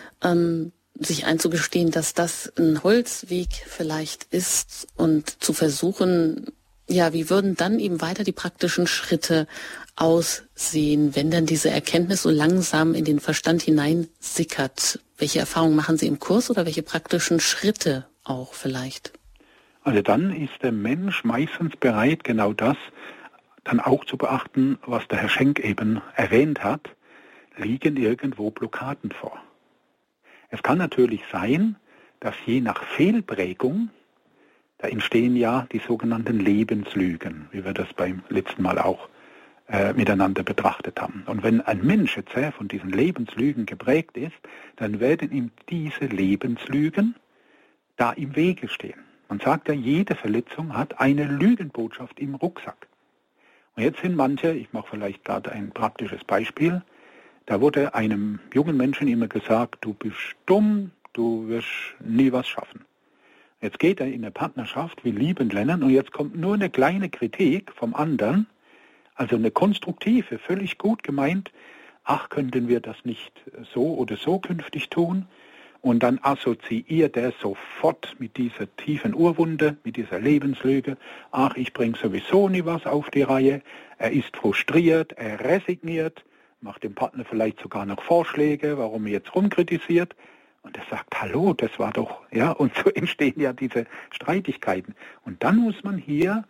sich einzugestehen, dass das ein Holzweg vielleicht ist und zu versuchen, wie würden dann eben weiter die praktischen Schritte aussehen, wenn dann diese Erkenntnis so langsam in den Verstand hinein sickert? Welche Erfahrungen machen Sie im Kurs oder welche praktischen Schritte auch vielleicht? Also dann ist der Mensch meistens bereit, genau das dann auch zu beachten, was der Herr Schenk eben erwähnt hat, liegen irgendwo Blockaden vor. Es kann natürlich sein, dass je nach Fehlprägung, da entstehen ja die sogenannten Lebenslügen, wie wir das beim letzten Mal auch miteinander betrachtet haben. Und wenn ein Mensch jetzt sehr von diesen Lebenslügen geprägt ist, dann werden ihm diese Lebenslügen da im Wege stehen. Man sagt ja, jede Verletzung hat eine Lügenbotschaft im Rucksack. Und jetzt sind manche, ich mache vielleicht gerade ein praktisches Beispiel, da wurde einem jungen Menschen immer gesagt, du bist dumm, du wirst nie was schaffen. Jetzt geht er in eine Partnerschaft, will lieben lernen und jetzt kommt nur eine kleine Kritik vom anderen, also eine konstruktive, völlig gut gemeint, ach, könnten wir das nicht so oder so künftig tun? Und dann assoziiert er sofort mit dieser tiefen Urwunde, mit dieser Lebenslüge, ach, ich bringe sowieso nie was auf die Reihe, er ist frustriert, er resigniert, macht dem Partner vielleicht sogar noch Vorschläge, warum er jetzt rumkritisiert. Und er sagt, hallo, das war doch, und so entstehen ja diese Streitigkeiten. Und dann muss man hier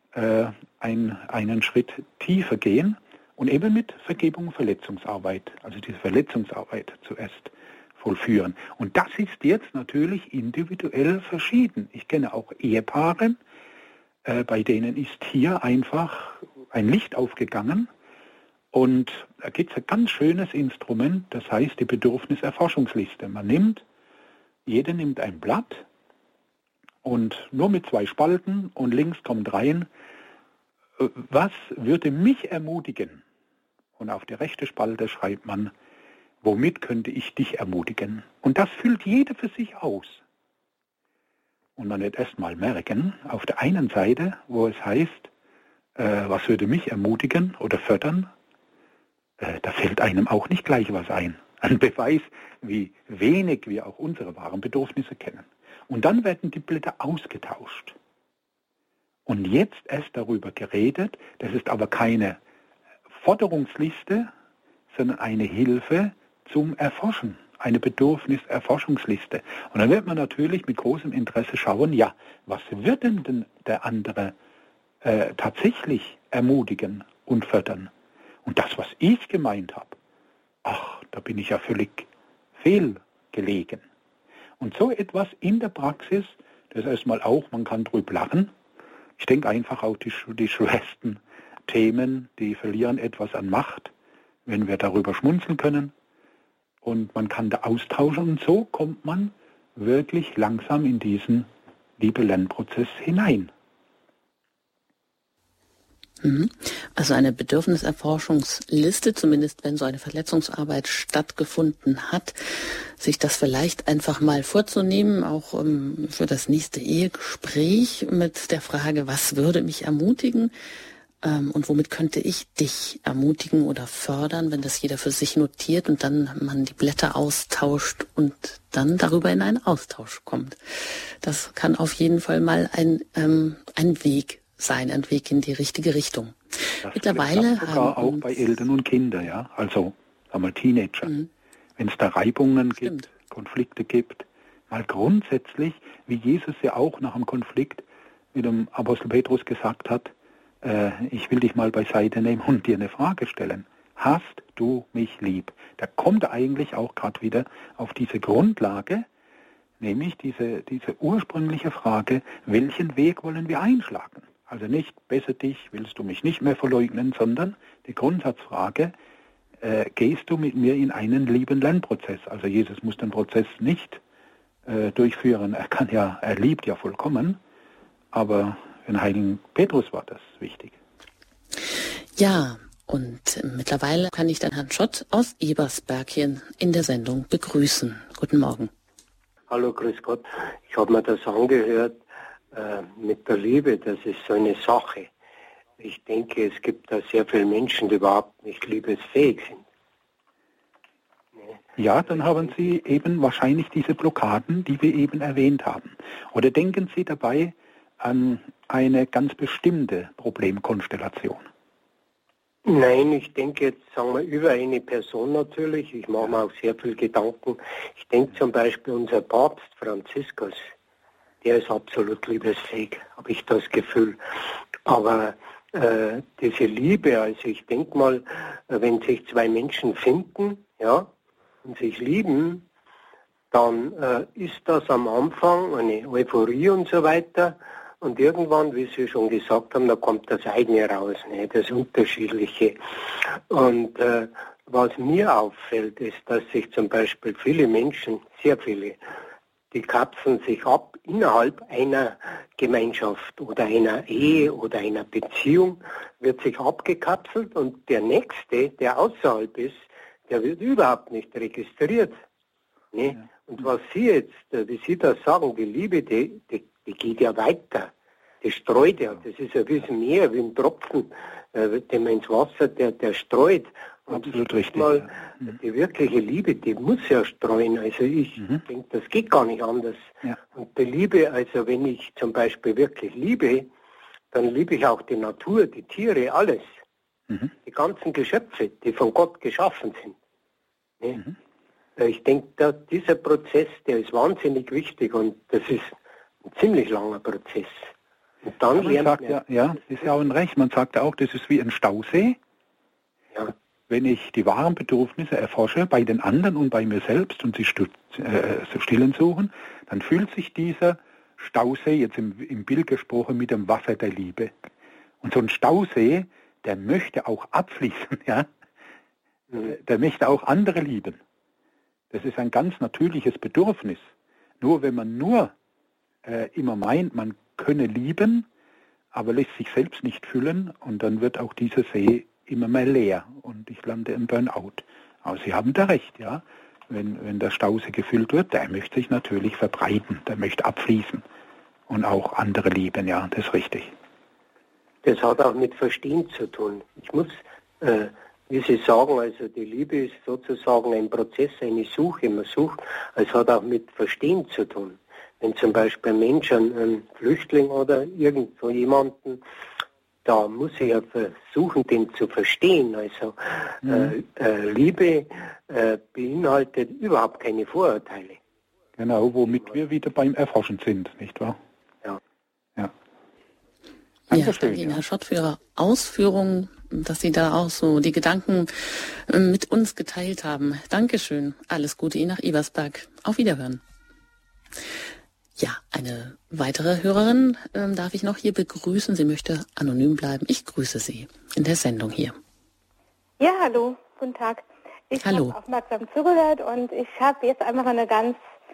einen Schritt tiefer gehen und eben mit Vergebung und Verletzungsarbeit, also diese Verletzungsarbeit zuerst vollführen. Und das ist jetzt natürlich individuell verschieden. Ich kenne auch Ehepaare, bei denen ist hier einfach ein Licht aufgegangen. Und da gibt es ein ganz schönes Instrument, das heißt die Bedürfniserforschungsliste. Jeder nimmt ein Blatt und nur mit 2 Spalten und links kommt rein, was würde mich ermutigen? Und auf die rechte Spalte schreibt man, womit könnte ich dich ermutigen? Und das füllt jeder für sich aus. Und man wird erst mal merken, auf der einen Seite, wo es heißt, was würde mich ermutigen oder fördern, da fällt einem auch nicht gleich was ein. Ein Beweis, wie wenig wir auch unsere wahren Bedürfnisse kennen. Und dann werden die Blätter ausgetauscht. Und jetzt erst darüber geredet, das ist aber keine Forderungsliste, sondern eine Hilfe zum Erforschen, eine Bedürfniserforschungsliste. Und dann wird man natürlich mit großem Interesse schauen, ja, was wird denn der andere tatsächlich ermutigen und fördern? Und das, was ich gemeint habe, da bin ich ja völlig fehlgelegen. Und so etwas in der Praxis, das ist erstmal auch, man kann drüber lachen. Ich denke einfach auch die schwersten Themen, die verlieren etwas an Macht, wenn wir darüber schmunzeln können. Und man kann da austauschen und so kommt man wirklich langsam in diesen Liebe-Lernprozess hinein. Also eine Bedürfniserforschungsliste, zumindest wenn so eine Verletzungsarbeit stattgefunden hat, sich das vielleicht einfach mal vorzunehmen, auch für das nächste Ehegespräch mit der Frage, was würde mich ermutigen und womit könnte ich dich ermutigen oder fördern, wenn das jeder für sich notiert und dann man die Blätter austauscht und dann darüber in einen Austausch kommt. Das kann auf jeden Fall mal ein Weg sein, ein Weg in die richtige Richtung. Das mittlerweile sogar auch bei Eltern und Kindern, ja, also einmal Teenager. Wenn es da Reibungen gibt, Konflikte gibt, mal grundsätzlich, wie Jesus ja auch nach einem Konflikt mit dem Apostel Petrus gesagt hat, ich will dich mal beiseite nehmen und dir eine Frage stellen. Hast du mich lieb? Da kommt er eigentlich auch gerade wieder auf diese Grundlage, nämlich diese ursprüngliche Frage, welchen Weg wollen wir einschlagen? Also nicht, besser dich, willst du mich nicht mehr verleugnen, sondern die Grundsatzfrage, gehst du mit mir in einen Lieben-Lernprozess? Also Jesus muss den Prozess nicht durchführen, er liebt ja vollkommen, aber für den heiligen Petrus war das wichtig. Ja, und mittlerweile kann ich dann Herrn Schott aus Ebersberg hier in der Sendung begrüßen. Guten Morgen. Hallo, grüß Gott. Ich habe mir das angehört mit der Liebe, das ist so eine Sache. Ich denke, es gibt da sehr viele Menschen, die überhaupt nicht liebesfähig sind. Ja, dann haben Sie eben wahrscheinlich diese Blockaden, die wir eben erwähnt haben. Oder denken Sie dabei an eine ganz bestimmte Problemkonstellation? Nein, ich denke jetzt, sagen wir, über eine Person natürlich. Ich mache mir auch sehr viel Gedanken. Ich denke zum Beispiel, unser Papst Franziskus, der ist absolut liebesfähig, habe ich das Gefühl. Aber diese Liebe, also ich denke mal, wenn sich 2 Menschen finden, ja, und sich lieben, dann ist das am Anfang eine Euphorie und so weiter. Und irgendwann, wie Sie schon gesagt haben, da kommt das eigene raus, ne, das Unterschiedliche. Und was mir auffällt, ist, dass sich zum Beispiel viele Menschen, sehr viele, die kapseln sich ab innerhalb einer Gemeinschaft oder einer Ehe oder einer Beziehung, wird sich abgekapselt und der Nächste, der außerhalb ist, der wird überhaupt nicht registriert. Ne? Ja. Und was Sie jetzt, wie Sie das sagen, die Liebe, die geht ja weiter. Die streut ja. Das ist ja wie ein Meer, wie ein Tropfen, den man ins Wasser, der streut. Und absolut richtig. Mal, die wirkliche Liebe, die muss ja streuen. Also ich denke, das geht gar nicht anders. Ja. Und die Liebe, also wenn ich zum Beispiel wirklich liebe, dann liebe ich auch die Natur, die Tiere, alles. Die ganzen Geschöpfe, die von Gott geschaffen sind. Ne? Ich denke, dieser Prozess, der ist wahnsinnig wichtig und das ist ein ziemlich langer Prozess. Und dann man sagt ja, ist ja auch ein Recht. Man sagt auch, das ist wie ein Stausee. Ja. Wenn ich die wahren Bedürfnisse erforsche, bei den anderen und bei mir selbst und sie zu stillen suchen, dann füllt sich dieser Stausee, jetzt im Bild gesprochen, mit dem Wasser der Liebe. Und so ein Stausee, der möchte auch abfließen, ja. Der möchte auch andere lieben. Das ist ein ganz natürliches Bedürfnis. Nur wenn man immer meint, man könne lieben, aber lässt sich selbst nicht füllen, und dann wird auch dieser See immer mehr leer und ich lande im Burnout. Aber Sie haben da recht, ja. Wenn der Stausee gefüllt wird, der möchte sich natürlich verbreiten, der möchte abfließen und auch andere lieben, ja, das ist richtig. Das hat auch mit Verstehen zu tun. Ich muss, wie Sie sagen, also die Liebe ist sozusagen ein Prozess, eine Suche, man sucht, es hat auch mit Verstehen zu tun. Wenn zum Beispiel ein Mensch, ein Flüchtling oder irgendwo jemanden, da muss ich ja versuchen, den zu verstehen. Also Liebe beinhaltet überhaupt keine Vorurteile. Genau, womit wir wieder beim Erforschen sind, nicht wahr? Ja. Ja, danke Ihnen, Herr Schott, für Ihre Ausführungen, dass Sie da auch so die Gedanken mit uns geteilt haben. Dankeschön. Alles Gute Ihnen nach Ebersberg. Auf Wiederhören. Ja, eine weitere Hörerin darf ich noch hier begrüßen. Sie möchte anonym bleiben. Ich grüße Sie in der Sendung hier. Ja, hallo, guten Tag. Ich habe aufmerksam zugehört und ich habe jetzt einfach eine ganz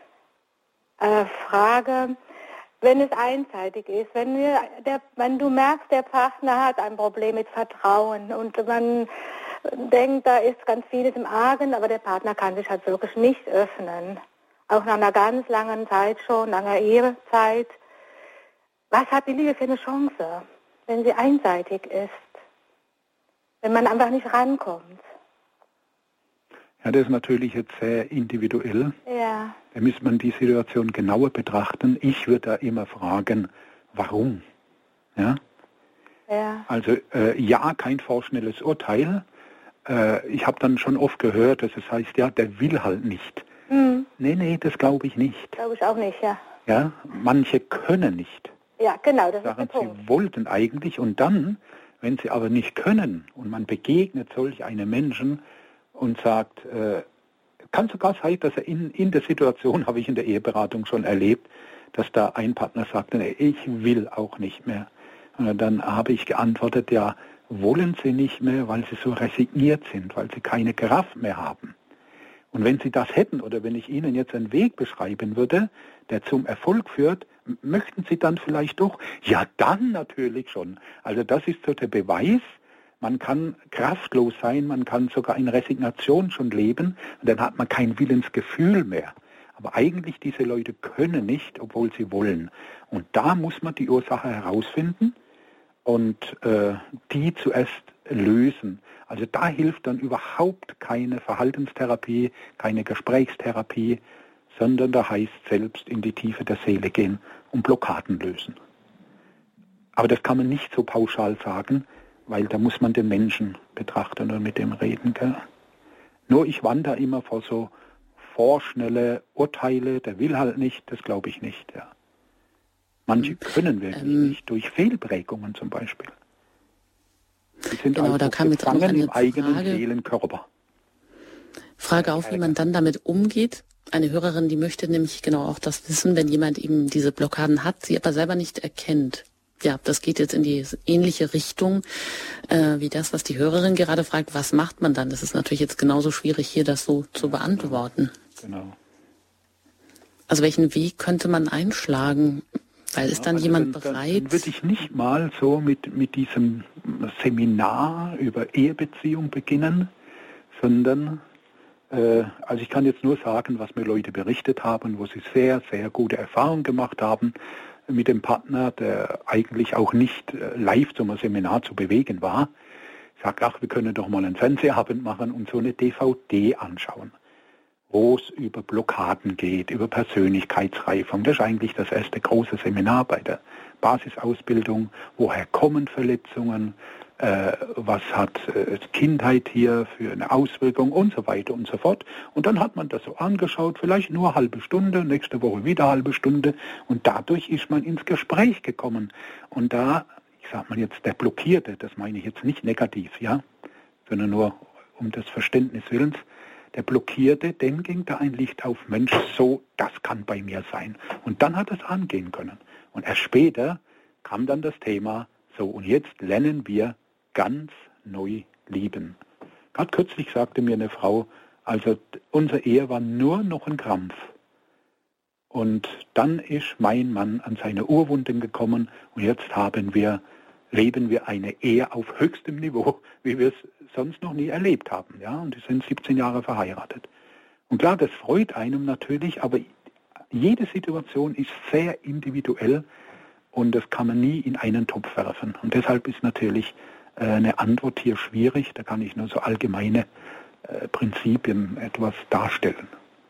Frage. Wenn es einseitig ist, wenn du merkst, der Partner hat ein Problem mit Vertrauen und man denkt, da ist ganz vieles im Argen, aber der Partner kann sich halt wirklich nicht öffnen. Auch nach einer ganz langen Zeit schon, langer Ehezeit. Was hat die Liebe für eine Chance, wenn sie einseitig ist? Wenn man einfach nicht rankommt? Ja, das ist natürlich jetzt sehr individuell. Ja. Da müsste man die Situation genauer betrachten. Ich würde da immer fragen, warum? Ja? Ja. Also kein vorschnelles Urteil. Ich habe dann schon oft gehört, dass es heißt, ja, der will halt nicht. Nee, das glaube ich nicht. Glaube ich auch nicht, ja. Ja, manche können nicht. Ja, genau, das ist der Punkt. Sie wollten eigentlich, und dann, wenn sie aber nicht können und man begegnet solch einem Menschen und sagt, kann sogar sein, dass er in der Situation, habe ich in der Eheberatung schon erlebt, dass da ein Partner sagte, nee, ich will auch nicht mehr. Und dann habe ich geantwortet, ja, wollen Sie nicht mehr, weil Sie so resigniert sind, weil Sie keine Kraft mehr haben. Und wenn Sie das hätten, oder wenn ich Ihnen jetzt einen Weg beschreiben würde, der zum Erfolg führt, möchten Sie dann vielleicht doch? Ja, dann natürlich schon. Also das ist so der Beweis, man kann kraftlos sein, man kann sogar in Resignation schon leben, und dann hat man kein Willensgefühl mehr. Aber eigentlich diese Leute können nicht, obwohl sie wollen. Und da muss man die Ursache herausfinden und die zuerst lösen. Also da hilft dann überhaupt keine Verhaltenstherapie, keine Gesprächstherapie, sondern da heißt selbst in die Tiefe der Seele gehen und Blockaden lösen. Aber das kann man nicht so pauschal sagen, weil da muss man den Menschen betrachten und mit dem reden. Gell? Nur ich wandere immer vor so vorschnelle Urteile, der will halt nicht, das glaube ich nicht. Ja. Manche können wirklich nicht, durch Fehlprägungen zum Beispiel. Die sind genau, da kam jetzt auch eine im eigenen Seelenkörper. Frage auf, wie man dann damit umgeht. Eine Hörerin, die möchte nämlich genau auch das wissen, wenn jemand eben diese Blockaden hat, sie aber selber nicht erkennt. Ja, das geht jetzt in die ähnliche Richtung wie das, was die Hörerin gerade fragt. Was macht man dann? Das ist natürlich jetzt genauso schwierig, hier das so zu beantworten. Genau. Also welchen Weg könnte man einschlagen? Weil ist dann jemand bereit? Dann würde ich nicht mal so mit diesem Seminar über Ehebeziehung beginnen, sondern also ich kann jetzt nur sagen, was mir Leute berichtet haben, wo sie sehr, sehr gute Erfahrungen gemacht haben mit dem Partner, der eigentlich auch nicht live zum Seminar zu bewegen war. Sagt, ach, wir können doch mal einen Fernsehabend machen und so eine DVD anschauen, wo es über Blockaden geht, über Persönlichkeitsreifung. Das ist eigentlich das erste große Seminar bei Basisausbildung, woher kommen Verletzungen, was hat Kindheit hier für eine Auswirkung und so weiter und so fort. Und dann hat man das so angeschaut, vielleicht nur halbe Stunde, nächste Woche wieder halbe Stunde und dadurch ist man ins Gespräch gekommen. Und da, ich sag mal jetzt, der Blockierte, das meine ich jetzt nicht negativ, ja, sondern nur um des Verständnis Willens, der Blockierte, dem ging da ein Licht auf, Mensch, so, das kann bei mir sein. Und dann hat es angehen können. Und erst später kam dann das Thema, so, und jetzt lernen wir ganz neu lieben. Gerade kürzlich sagte mir eine Frau, also unsere Ehe war nur noch ein Krampf. Und dann ist mein Mann an seine Urwunden gekommen und jetzt leben wir eine Ehe auf höchstem Niveau, wie wir es sonst noch nie erlebt haben. Ja? Und die sind 17 Jahre verheiratet. Und klar, das freut einem natürlich, aber jede Situation ist sehr individuell und das kann man nie in einen Topf werfen. Und deshalb ist natürlich eine Antwort hier schwierig. Da kann ich nur so allgemeine Prinzipien etwas darstellen.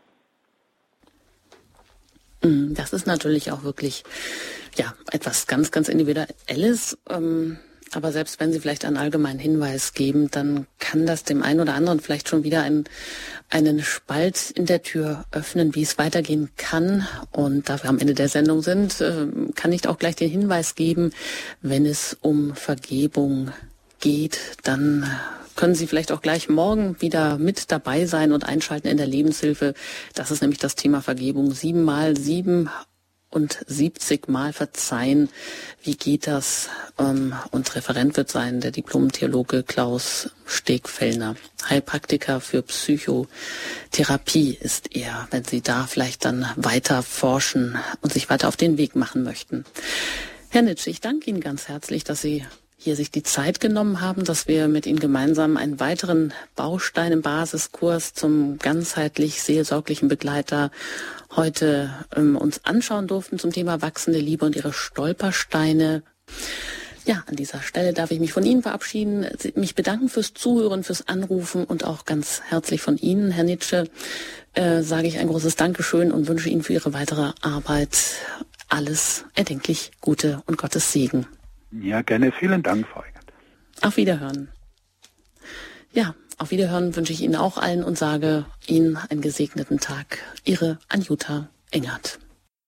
Das ist natürlich auch wirklich etwas ganz, ganz Individuelles. Aber selbst wenn Sie vielleicht einen allgemeinen Hinweis geben, dann kann das dem einen oder anderen vielleicht schon wieder einen Spalt in der Tür öffnen, wie es weitergehen kann. Und da wir am Ende der Sendung sind, kann ich auch gleich den Hinweis geben, wenn es um Vergebung geht, dann können Sie vielleicht auch gleich morgen wieder mit dabei sein und einschalten in der Lebenshilfe. Das ist nämlich das Thema Vergebung. 7x7 und 70 Mal verzeihen. Wie geht das? Und Referent wird sein der Diplom-Theologe Klaus Stegfellner. Heilpraktiker für Psychotherapie ist er, wenn Sie da vielleicht dann weiter forschen und sich weiter auf den Weg machen möchten. Herr Nitsch, ich danke Ihnen ganz herzlich, dass Sie hier sich die Zeit genommen haben, dass wir mit Ihnen gemeinsam einen weiteren Baustein im Basiskurs zum ganzheitlich seelsorglichen Begleiter heute uns anschauen durften zum Thema wachsende Liebe und ihre Stolpersteine. Ja, an dieser Stelle darf ich mich von Ihnen verabschieden, mich bedanken fürs Zuhören, fürs Anrufen und auch ganz herzlich von Ihnen, Herr Nitsche, sage ich ein großes Dankeschön und wünsche Ihnen für Ihre weitere Arbeit alles erdenklich Gute und Gottes Segen. Ja, gerne. Vielen Dank, Frau Engert. Auf Wiederhören. Ja, auf Wiederhören wünsche ich Ihnen auch allen und sage Ihnen einen gesegneten Tag. Ihre Anjuta Engert.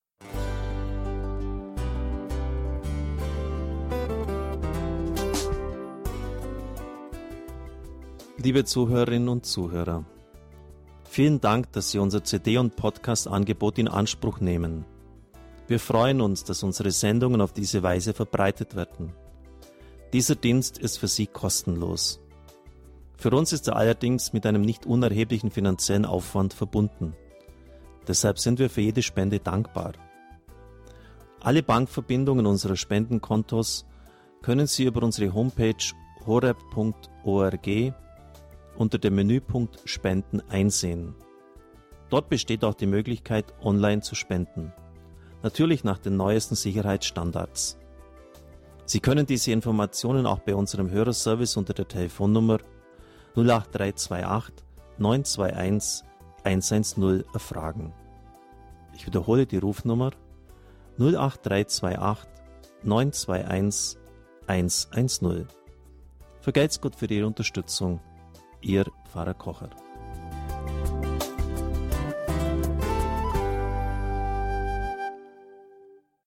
Liebe Zuhörerinnen und Zuhörer, vielen Dank, dass Sie unser CD- und Podcast-Angebot in Anspruch nehmen. Wir freuen uns, dass unsere Sendungen auf diese Weise verbreitet werden. Dieser Dienst ist für Sie kostenlos. Für uns ist er allerdings mit einem nicht unerheblichen finanziellen Aufwand verbunden. Deshalb sind wir für jede Spende dankbar. Alle Bankverbindungen unserer Spendenkontos können Sie über unsere Homepage horeb.org unter dem Menüpunkt Spenden einsehen. Dort besteht auch die Möglichkeit, online zu spenden. Natürlich nach den neuesten Sicherheitsstandards. Sie können diese Informationen auch bei unserem Hörerservice unter der Telefonnummer 08328 921 110 erfragen. Ich wiederhole die Rufnummer 08328 921 110. Vergelt's Gott für Ihre Unterstützung. Ihr Pfarrer Kocher.